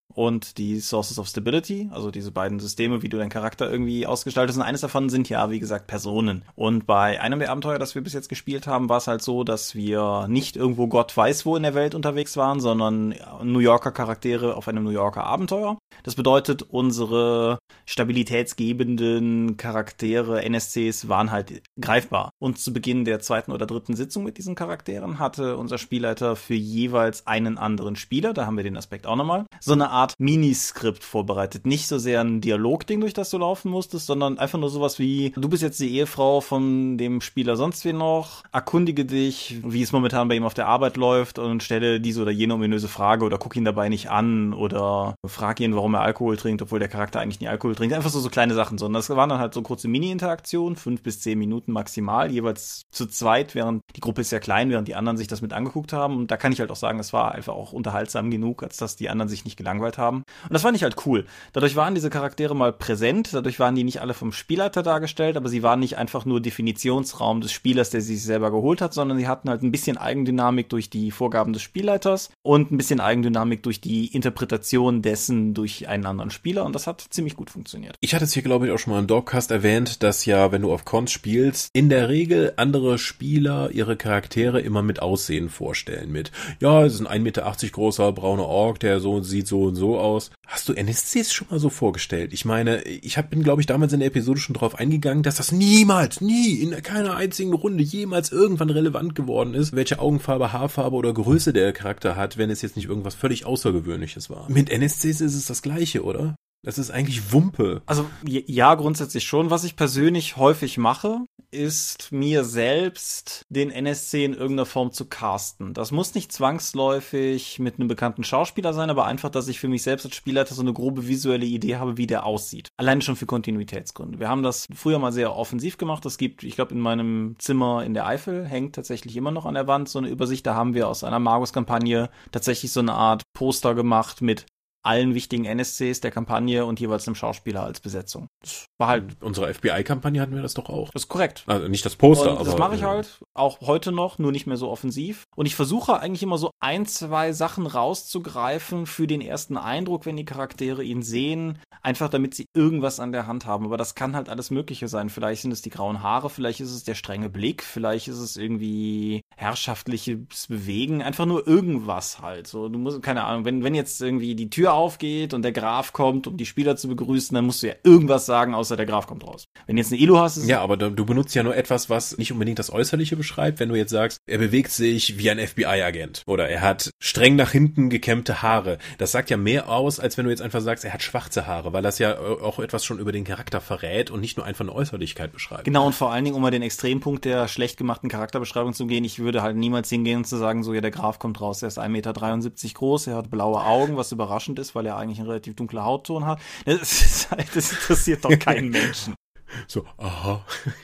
und die Sources of Stability, also diese beiden Systeme, wie du deinen Charakter irgendwie ausgestaltest. Und eines davon sind ja, wie gesagt, Personen. Und bei einem der Abenteuer, das wir bis jetzt gespielt haben, war es halt so, dass wir nicht irgendwo Gott weiß wo in der Welt unterwegs waren, sondern New Yorker Charaktere auf einem New Yorker Abenteuer. Das bedeutet, unsere stabilitätsgebenden Charaktere, N S Cs, waren halt greifbar. Und zu Beginn der zweiten oder dritten Sitzung mit diesen Charakteren hatte unser Spielleiter für jeweils einen anderen Spieler, da haben wir den Aspekt auch nochmal, so eine Art Miniskript vorbereitet. Nicht so sehr ein Dialogding, durch das du laufen musstest, sondern einfach nur sowas wie, du bist jetzt die Ehefrau von dem Spieler sonst wie noch, erkundige dich, wie es momentan bei ihm auf der Arbeit läuft und stelle diese oder jene ominöse Frage oder guck ihn dabei nicht an oder frag ihn, warum er Alkohol trinkt, obwohl der Charakter eigentlich nie Alkohol trinkt. Einfach so, so kleine Sachen. Sondern das waren dann halt so kurze Mini-Interaktionen, fünf bis zehn Minuten maximal, jeweils zu zweit, während die Gruppe ist ja klein, während die anderen sich das mit angeguckt haben. Und da kann ich halt auch sagen, es war einfach auch unterhaltsam genug, als dass die anderen sich nicht gelangweilt haben. Und das fand ich halt cool. Dadurch waren diese Charaktere mal präsent, dadurch waren die nicht alle vom Spielleiter dargestellt, aber sie waren nicht einfach nur Definitionsraum des Spielers, der sie sich selber geholt hat, sondern sie hatten halt ein bisschen Eigendynamik durch die Vorgaben des Spielleiters und ein bisschen Eigendynamik durch die Interpretation dessen durch einen anderen Spieler, und das hat ziemlich gut funktioniert. Ich hatte es hier, glaube ich, auch schon mal im Dogcast erwähnt, dass ja, wenn du auf Cons spielst, in der Regel andere Spieler ihre Charaktere immer mit Aussehen vorstellen. Mit, ja, es ist ein ein Meter achtzig großer brauner Ork, der so sieht so und so aus. Hast du N S Cs schon mal so vorgestellt? Ich meine, ich hab, bin, glaube ich, damals in der Episode schon drauf eingegangen, dass das niemals, nie, in keiner einzigen Runde jemals irgendwann relevant geworden ist, welche Augenfarbe, Haarfarbe oder Größe der Charakter hat, wenn es jetzt nicht irgendwas völlig Außergewöhnliches war. Mit N S Cs ist es das Gleiche, oder? Das ist eigentlich Wumpe. Also ja, grundsätzlich schon. Was ich persönlich häufig mache, ist mir selbst den N S C in irgendeiner Form zu casten. Das muss nicht zwangsläufig mit einem bekannten Schauspieler sein, aber einfach, dass ich für mich selbst als Spielleiter so eine grobe visuelle Idee habe, wie der aussieht. Allein schon für Kontinuitätsgründe. Wir haben das früher mal sehr offensiv gemacht. Es gibt, ich glaube, in meinem Zimmer in der Eifel hängt tatsächlich immer noch an der Wand so eine Übersicht. Da haben wir aus einer Magus-Kampagne tatsächlich so eine Art Poster gemacht mit allen wichtigen N S Cs der Kampagne und jeweils einem Schauspieler als Besetzung. Das war halt... In unserer F B I-Kampagne hatten wir das doch auch. Das ist korrekt. Also nicht das Poster, und aber... das mache ich halt auch heute noch, nur nicht mehr so offensiv. Und ich versuche eigentlich immer so ein, zwei Sachen rauszugreifen für den ersten Eindruck, wenn die Charaktere ihn sehen, einfach damit sie irgendwas an der Hand haben. Aber das kann halt alles Mögliche sein. Vielleicht sind es die grauen Haare, vielleicht ist es der strenge Blick, vielleicht ist es irgendwie herrschaftliches Bewegen, einfach nur irgendwas halt. So, du musst, keine Ahnung, wenn, wenn jetzt irgendwie die Tür aufgeht und der Graf kommt, um die Spieler zu begrüßen, dann musst du ja irgendwas sagen, außer der Graf kommt raus. Wenn jetzt eine Elo hast, ist ja, aber du benutzt ja nur etwas, was nicht unbedingt das Äußerliche beschreibt. Wenn du jetzt sagst, er bewegt sich wie ein F B I-Agent oder er hat streng nach hinten gekämmte Haare. Das sagt ja mehr aus, als wenn du jetzt einfach sagst, er hat schwarze Haare, weil das ja auch etwas schon über den Charakter verrät und nicht nur einfach eine Äußerlichkeit beschreibt. Genau, und vor allen Dingen, um mal den Extrempunkt der schlecht gemachten Charakterbeschreibung zu gehen, ich würde halt niemals hingehen und zu sagen, so, ja, der Graf kommt raus, er ist ein Meter dreiundsiebzig groß, er hat blaue Augen, was überraschend ist, weil er eigentlich einen relativ dunklen Hautton hat. Das, ist halt, das interessiert doch keinen Menschen. So, aha.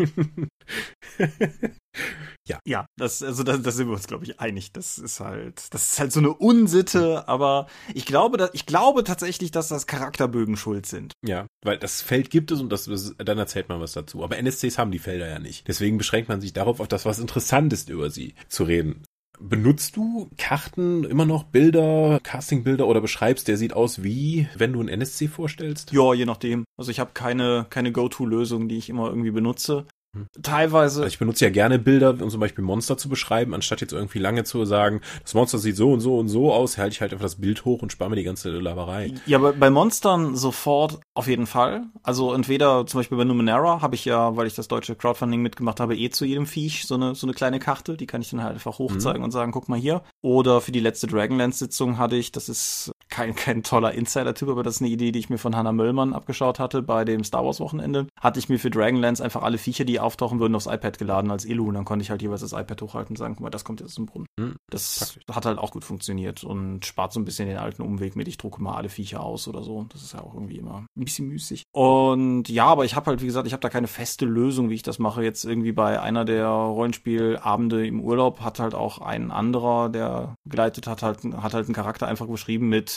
Ja. Ja, das, also da, da sind wir uns, glaube ich, einig. Das ist halt, das ist halt so eine Unsitte, aber ich glaube, dass, ich glaube tatsächlich, dass das Charakterbögen schuld sind. Ja, weil das Feld gibt es und das, das, dann erzählt man was dazu. Aber N S Cs haben die Felder ja nicht. Deswegen beschränkt man sich darauf, auf das, was interessant ist, über sie zu reden. Benutzt du Karten, immer noch Bilder, Castingbilder oder beschreibst, der sieht aus wie, wenn du einen N S C vorstellst? Ja, je nachdem. Also ich habe keine, keine Go-To-Lösung, die ich immer irgendwie benutze. Hm. Teilweise. Also ich benutze ja gerne Bilder, um zum Beispiel Monster zu beschreiben, anstatt jetzt irgendwie lange zu sagen, das Monster sieht so und so und so aus, halte ich halt einfach das Bild hoch und spare mir die ganze Laberei. Ja, aber bei Monstern sofort auf jeden Fall. Also entweder zum Beispiel bei Numenera habe ich ja, weil ich das deutsche Crowdfunding mitgemacht habe, eh zu jedem Viech so eine so eine kleine Karte, die kann ich dann halt einfach hochzeigen mhm. und sagen, guck mal hier. Oder für die letzte Dragonlance-Sitzung hatte ich, das ist kein kein toller Insider-Tipp, aber das ist eine Idee, die ich mir von Hannah Möllmann abgeschaut hatte bei dem Star Wars Wochenende, hatte ich mir für Dragonlance einfach alle Viecher, die auftauchen würden, aufs iPad geladen als Elu und dann konnte ich halt jeweils das iPad hochhalten und sagen, guck mal, das kommt jetzt zum Brunnen. Mhm. Das Praktisch. Hat halt auch gut funktioniert und spart so ein bisschen den alten Umweg mit, ich drucke mal alle Viecher aus oder so. Das ist ja auch irgendwie immer ein bisschen müßig. Und ja, aber ich habe halt, wie gesagt, ich habe da keine feste Lösung, wie ich das mache. Jetzt irgendwie bei einer der Rollenspielabende im Urlaub hat halt auch ein anderer, der begleitet hat, halt, hat halt einen Charakter einfach beschrieben mit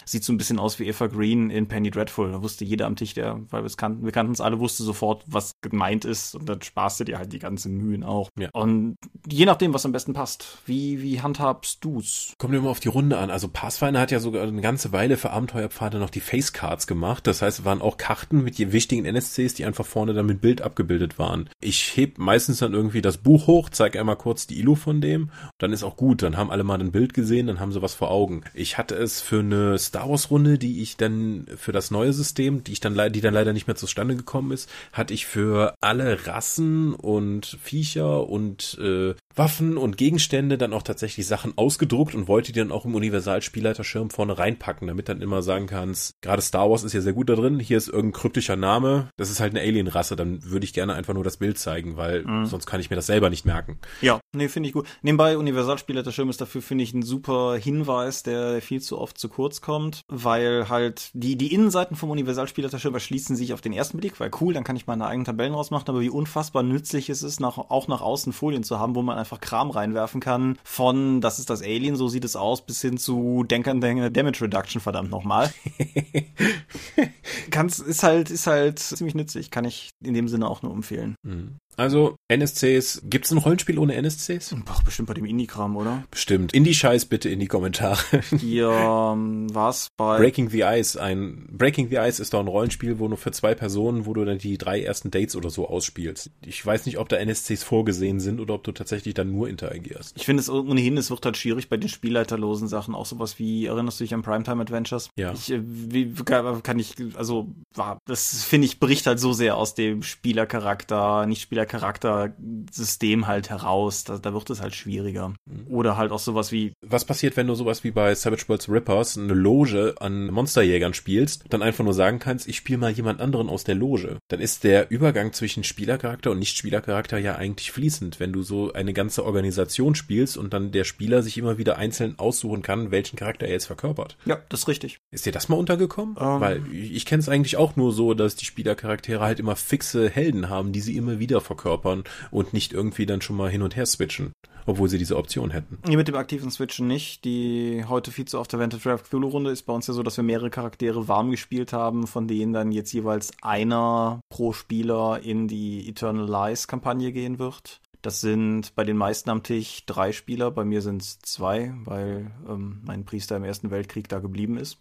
sieht so ein bisschen aus wie Eva Green in Penny Dreadful. Da wusste jeder am Tisch, der, weil wir es kannten, wir kannten es alle, wusste sofort, was gemeint ist und dann sparst du dir halt die ganzen Mühen auch. Ja. Und je nachdem, was am besten passt. Wie, wie handhabst du's? Kommt immer auf die Runde an. Also Pathfinder hat ja sogar eine ganze Weile für Abenteuerpfade noch die Facecards gemacht. Das heißt, es waren auch Karten mit den wichtigen N S Cs, die einfach vorne dann mit Bild abgebildet waren. Ich heb meistens dann irgendwie das Buch hoch, zeige einmal kurz die I L U von dem, dann ist auch gut. Dann haben alle mal ein Bild gesehen, dann haben sie was vor Augen. Ich hatte es für eine Star Wars Runde, die ich dann für das neue System, die ich dann die dann leider nicht mehr zustande gekommen ist, hatte ich für alle Rassen und Viecher und äh, Waffen und Gegenstände dann auch tatsächlich Sachen ausgedruckt und wollte die dann auch im Universalspielleiterschirm vorne reinpacken, damit dann immer sagen kannst, gerade Star Wars ist ja sehr gut da drin, hier ist irgendein kryptischer Name, das ist halt eine Alien-Rasse, dann würde ich gerne einfach nur das Bild zeigen, weil mhm. sonst kann ich mir das selber nicht merken. Ja, nee, finde ich gut. Nebenbei, Universalspielleiterschirm ist dafür, finde ich, ein super Hinweis, der viel zu oft zu kurz kommt, weil halt die, die Innenseiten vom Universalspielleiterschirm erschließen sich auf den ersten Blick, weil cool, dann kann ich meine eigenen Tabellen rausmachen, aber wie unfassbar nützlich es ist, nach, auch nach außen Folien zu haben, wo man einfach Kram reinwerfen kann, von das ist das Alien, so sieht es aus, bis hin zu Denk an Damage Reduction, verdammt nochmal. Kann's, ist halt, ist halt ziemlich nützlich, kann ich in dem Sinne auch nur empfehlen. Also, N S Cs, gibt's ein Rollenspiel ohne N S Cs? Ach, bestimmt bei dem Indie-Kram, oder? Bestimmt. Indie-Scheiß bitte in die Kommentare. Hier, ähm, war's bei Breaking the Ice, ein Breaking the Ice ist doch ein Rollenspiel, wo nur für zwei Personen, wo du dann die drei ersten Dates oder so ausspielst. Ich weiß nicht, ob da N S Cs vorgesehen sind oder ob du tatsächlich dann nur interagierst. Ich finde es ohnehin, es wird halt schwierig bei den spielleiterlosen Sachen, auch sowas wie, erinnerst du dich an Primetime Adventures? Ja. Ich, wie kann ich, also, das finde ich, bricht halt so sehr aus dem Spielercharakter, nicht Spielercharakter-System halt heraus, da, da wird es halt schwieriger. Oder halt auch sowas wie... Was passiert, wenn du sowas wie bei Savage Worlds Rippers eine Loge an Monsterjägern spielst, dann einfach nur sagen kannst, ich spiele mal jemand anderen aus der Loge. Dann ist der Übergang zwischen Spielercharakter und Nicht-Spielercharakter ja eigentlich fließend, wenn du so eine ganze Organisation spielst und dann der Spieler sich immer wieder einzeln aussuchen kann, welchen Charakter er jetzt verkörpert. Ja, das ist richtig. Ist dir das mal untergekommen? Um. Weil ich kenne es eigentlich auch nur so, dass die Spielercharaktere halt immer fixe Helden haben, die sie immer wieder verkörpern und nicht irgendwie dann schon mal hin und her switchen, obwohl sie diese Option hätten. Nee, mit dem aktiven Switchen nicht. Die heute viel zu oft erwähnte Draft Cthulhu-Runde ist bei uns ja so, dass wir mehrere Charaktere warm gespielt haben, von denen dann jetzt jeweils einer pro Spieler in die Eternal Lies-Kampagne gehen wird. Das sind bei den meisten am Tisch drei Spieler, bei mir sind es zwei, weil ähm, mein Priester im Ersten Weltkrieg da geblieben ist.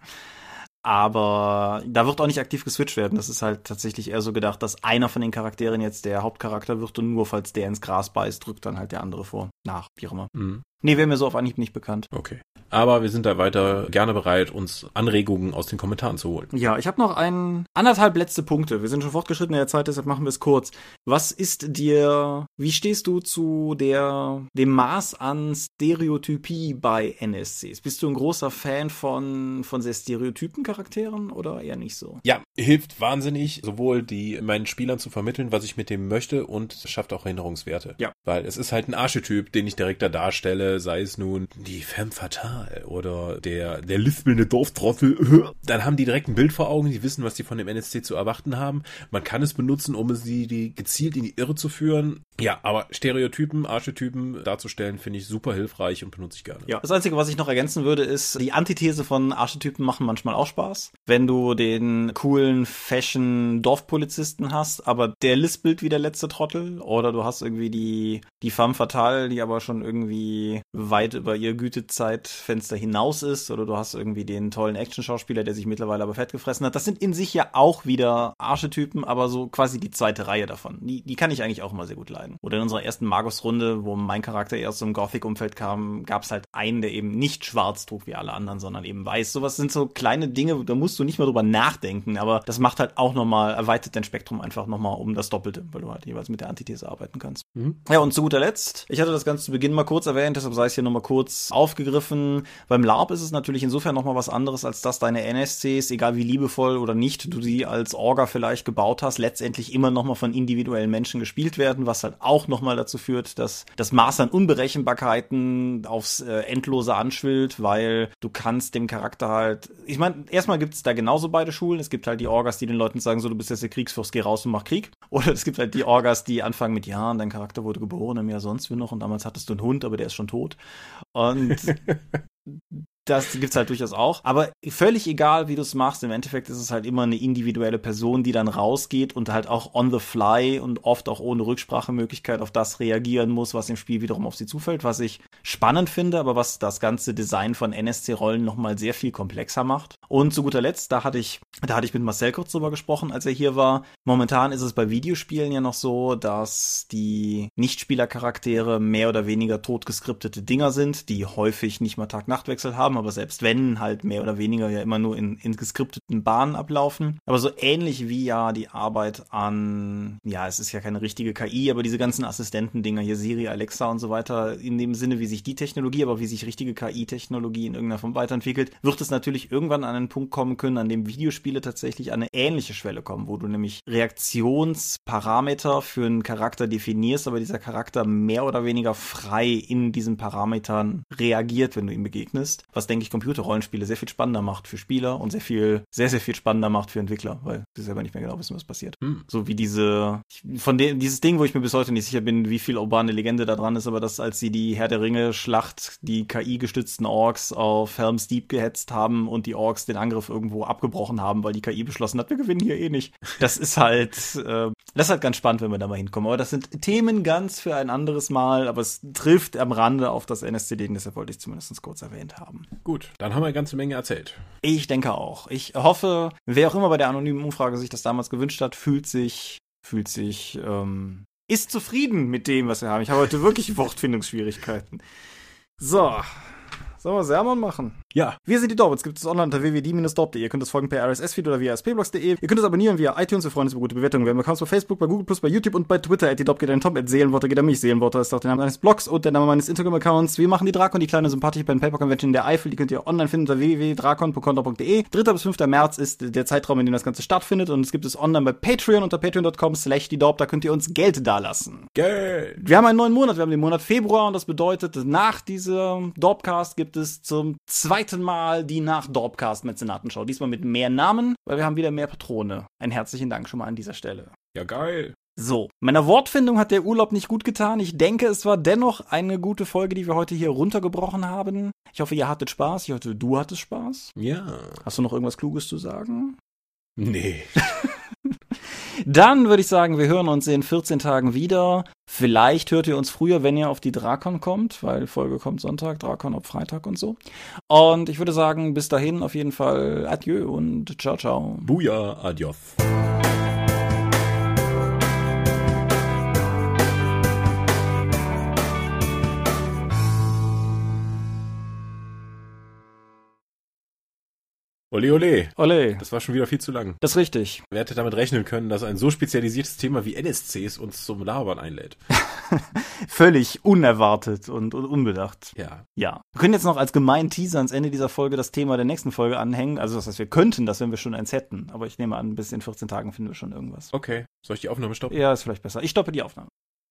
Aber da wird auch nicht aktiv geswitcht werden. Das ist halt tatsächlich eher so gedacht, dass einer von den Charakteren jetzt der Hauptcharakter wird und nur falls der ins Gras beißt, drückt dann halt der andere vor. Nach, wie auch immer. Mhm. Nee, wäre mir so auf Anhieb nicht bekannt. Okay. Aber wir sind da weiter gerne bereit, uns Anregungen aus den Kommentaren zu holen. Ja, ich habe noch ein anderthalb letzte Punkte. Wir sind schon fortgeschritten in der Zeit, deshalb machen wir es kurz. Was ist dir, wie stehst du zu der, dem Maß an Stereotypie bei N S Cs? Bist du ein großer Fan von, von sehr stereotypen Charakteren oder eher nicht so? Ja, hilft wahnsinnig, sowohl die meinen Spielern zu vermitteln, was ich mit dem möchte, und schafft auch Erinnerungswerte. Ja. Weil es ist halt ein Archetyp, den ich direkt da darstelle, sei es nun die Femme Fatale oder der, der lispelnde Dorftrottel. Dann haben die direkt ein Bild vor Augen, die wissen, was die von dem N S C zu erwarten haben. Man kann es benutzen, um sie die gezielt in die Irre zu führen. Ja, aber Stereotypen, Archetypen darzustellen, finde ich super hilfreich und benutze ich gerne. Ja, das Einzige, was ich noch ergänzen würde, ist, die Antithese von Archetypen machen manchmal auch Spaß. Wenn du den coolen Fashion-Dorfpolizisten hast, aber der lispelt wie der letzte Trottel, oder du hast irgendwie die, die Femme Fatale, die aber schon irgendwie weit über ihr Gütezeitfenster hinaus ist, oder du hast irgendwie den tollen Action-Schauspieler, der sich mittlerweile aber fett gefressen hat. Das sind in sich ja auch wieder Archetypen, aber so quasi die zweite Reihe davon. Die, die kann ich eigentlich auch immer sehr gut leiden. Oder in unserer ersten Magus-Runde, wo mein Charakter erst so im Gothic-Umfeld kam, gab es halt einen, der eben nicht schwarz trug wie alle anderen, sondern eben weiß. Sowas sind so kleine Dinge, da musst du nicht mal drüber nachdenken, aber das macht halt auch nochmal, erweitert dein Spektrum einfach nochmal um das Doppelte, weil du halt jeweils mit der Antithese arbeiten kannst. Mhm. Ja, und zu guter Letzt, ich hatte das Ganze zu Beginn mal kurz erwähnt, deshalb sei es hier nochmal kurz aufgegriffen. Beim LARP ist es natürlich insofern nochmal was anderes, als dass deine N S Cs, egal wie liebevoll oder nicht du sie als Orga vielleicht gebaut hast, letztendlich immer nochmal von individuellen Menschen gespielt werden, was halt auch nochmal dazu führt, dass das Maß an Unberechenbarkeiten aufs äh, Endlose anschwillt, weil du kannst dem Charakter halt, ich meine, erstmal gibt es da genauso beide Schulen. Es gibt halt die Orgas, die den Leuten sagen, so, du bist jetzt der Kriegsfürst, geh raus und mach Krieg. Oder es gibt halt die Orgas, die anfangen mit, ja, dein Charakter wurde geboren im Jahr sonst wie noch und damals hattest du einen Hund, aber der ist schon tot. Und Das gibt's halt durchaus auch. Aber völlig egal, wie du es machst, im Endeffekt ist es halt immer eine individuelle Person, die dann rausgeht und halt auch on the fly und oft auch ohne Rücksprachemöglichkeit auf das reagieren muss, was im Spiel wiederum auf sie zufällt, was ich spannend finde, aber was das ganze Design von N S C-Rollen nochmal sehr viel komplexer macht. Und zu guter Letzt, da hatte ich, da hatte ich mit Marcel kurz drüber gesprochen, als er hier war. Momentan ist es bei Videospielen ja noch so, dass die Nichtspielercharaktere mehr oder weniger totgeskriptete Dinger sind, die häufig nicht mal Tag-Nacht-Wechsel haben, aber selbst wenn, halt mehr oder weniger ja immer nur in, in geskripteten Bahnen ablaufen. Aber so ähnlich wie ja die Arbeit an, ja, es ist ja keine richtige K I, aber diese ganzen Assistentendinger hier, Siri, Alexa und so weiter, in dem Sinne, wie sich die Technologie, aber wie sich richtige K I-Technologie in irgendeiner Form weiterentwickelt, wird es natürlich irgendwann an einen Punkt kommen können, an dem Videospiele tatsächlich an eine ähnliche Schwelle kommen, wo du nämlich Reaktionsparameter für einen Charakter definierst, aber dieser Charakter mehr oder weniger frei in diesen Parametern reagiert, wenn du ihm begegnest, was, denke ich, Computerrollenspiele sehr viel spannender macht für Spieler und sehr viel, sehr, sehr viel spannender macht für Entwickler, weil sie selber nicht mehr genau wissen, was passiert. Hm. So wie diese, von dem, dieses Ding, wo ich mir bis heute nicht sicher bin, wie viel urbane Legende da dran ist, aber dass, als sie die Herr der Ringe-Schlacht, die K I-gestützten Orks auf Helm's Deep gehetzt haben und die Orks den Angriff irgendwo abgebrochen haben, weil die K I beschlossen hat, wir gewinnen hier eh nicht. Das ist halt, äh, das ist halt ganz spannend, wenn wir da mal hinkommen. Aber das sind Themen ganz für ein anderes Mal, aber es trifft am Rande auf das N S C D, deshalb wollte ich es zumindest kurz erwähnt haben. Gut, dann haben wir eine ganze Menge erzählt. Ich denke auch. Ich hoffe, wer auch immer bei der anonymen Umfrage sich das damals gewünscht hat, fühlt sich, fühlt sich, ähm, ist zufrieden mit dem, was wir haben. Ich habe heute wirklich Wortfindungsschwierigkeiten. So. Sollen wir Sermon machen? Ja. Wir sind die Dorp. Uns gibt es online unter w w w punkt d dorp punkt d e. Ihr könnt es folgen per R S S-Feed oder via s p blogs punkt d e. Ihr könnt es abonnieren via iTunes. Wir freuen uns über gute Bewertungen. Wir haben Accounts bei Facebook, bei Google plus, bei YouTube und bei Twitter. At die Dorp geht ein Tom, at Seelenworte geht er mich. Seelenworte ist auch der Name eines Blogs und der Name meines Instagram-Accounts. Wir machen die Drakon, die kleine sympathische Pen Paper Convention in der Eifel. Die könnt ihr online finden unter w w w punkt drakon punkt condor punkt d e. dritter bis fünfter März ist der Zeitraum, in dem das Ganze stattfindet. Und es gibt es online bei Patreon unter patreon punkt com slash die Dorp. Da könnt ihr uns Geld dalassen. Geld! Wir haben einen neuen Monat. Wir haben den Monat Februar und das bedeutet, nach diesem Dorpcast gibt es zum zweiten Mal die nach Dorpcast Mäzenatenschau. Diesmal mit mehr Namen, weil wir haben wieder mehr Patrone. Einen herzlichen Dank schon mal an dieser Stelle. Ja, geil. So, meiner Wortfindung hat der Urlaub nicht gut getan. Ich denke, es war dennoch eine gute Folge, die wir heute hier runtergebrochen haben. Ich hoffe, ihr hattet Spaß. Ich hoffe, du hattest Spaß. Ja. Hast du noch irgendwas Kluges zu sagen? Nee. Dann würde ich sagen, wir hören uns in vierzehn Tagen wieder. Vielleicht hört ihr uns früher, wenn ihr auf die Drakon kommt, weil die Folge kommt Sonntag, Drakon auf Freitag und so. Und ich würde sagen, bis dahin auf jeden Fall adieu und ciao, ciao. Buja, adios. Ole, ole. Ole. Das war schon wieder viel zu lang. Das ist richtig. Wer hätte damit rechnen können, dass ein so spezialisiertes Thema wie N S Cs uns zum Labern einlädt? Völlig unerwartet und, und unbedacht. Ja. Ja. Wir können jetzt noch als gemeinen Teaser ans Ende dieser Folge das Thema der nächsten Folge anhängen. Also das heißt, wir könnten das, wenn wir schon eins hätten. Aber ich nehme an, bis in vierzehn Tagen finden wir schon irgendwas. Okay. Soll ich die Aufnahme stoppen? Ja, ist vielleicht besser. Ich stoppe die Aufnahme.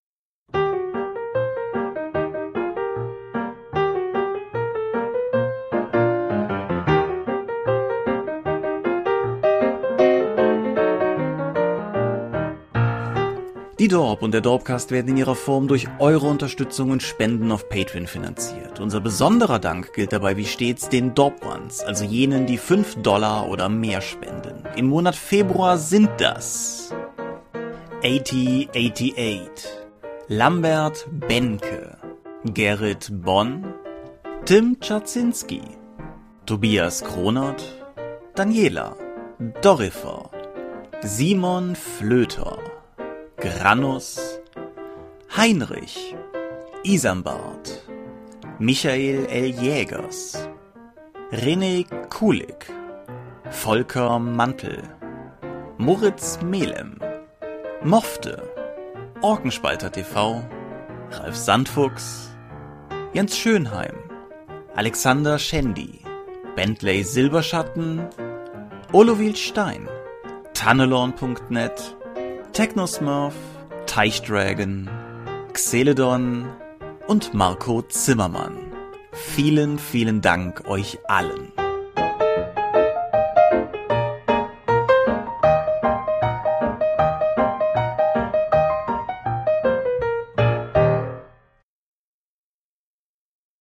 Die Dorp und der Dorpcast werden in ihrer Form durch eure Unterstützung und Spenden auf Patreon finanziert. Unser besonderer Dank gilt dabei wie stets den Dorp Ones, also jenen, die fünf Dollar oder mehr spenden. Im Monat Februar sind das achtzig achtundachtzig, Lambert Benke, Gerrit Bonn, Tim Czaczynski, Tobias Kronert, Daniela, Dorifer, Simon Flöter, Granus, Heinrich, Isambard, Michael L. Jägers, René Kulik, Volker Mantel, Moritz Melem, Mofte, Orkenspalter T V, Ralf Sandfuchs, Jens Schönheim, Alexander Schendi, Bentley Silberschatten, Olovil Stein, Tannelorn punkt net, Technosmurf, Teichdragon, Xeledon und Marco Zimmermann. Vielen, vielen Dank euch allen.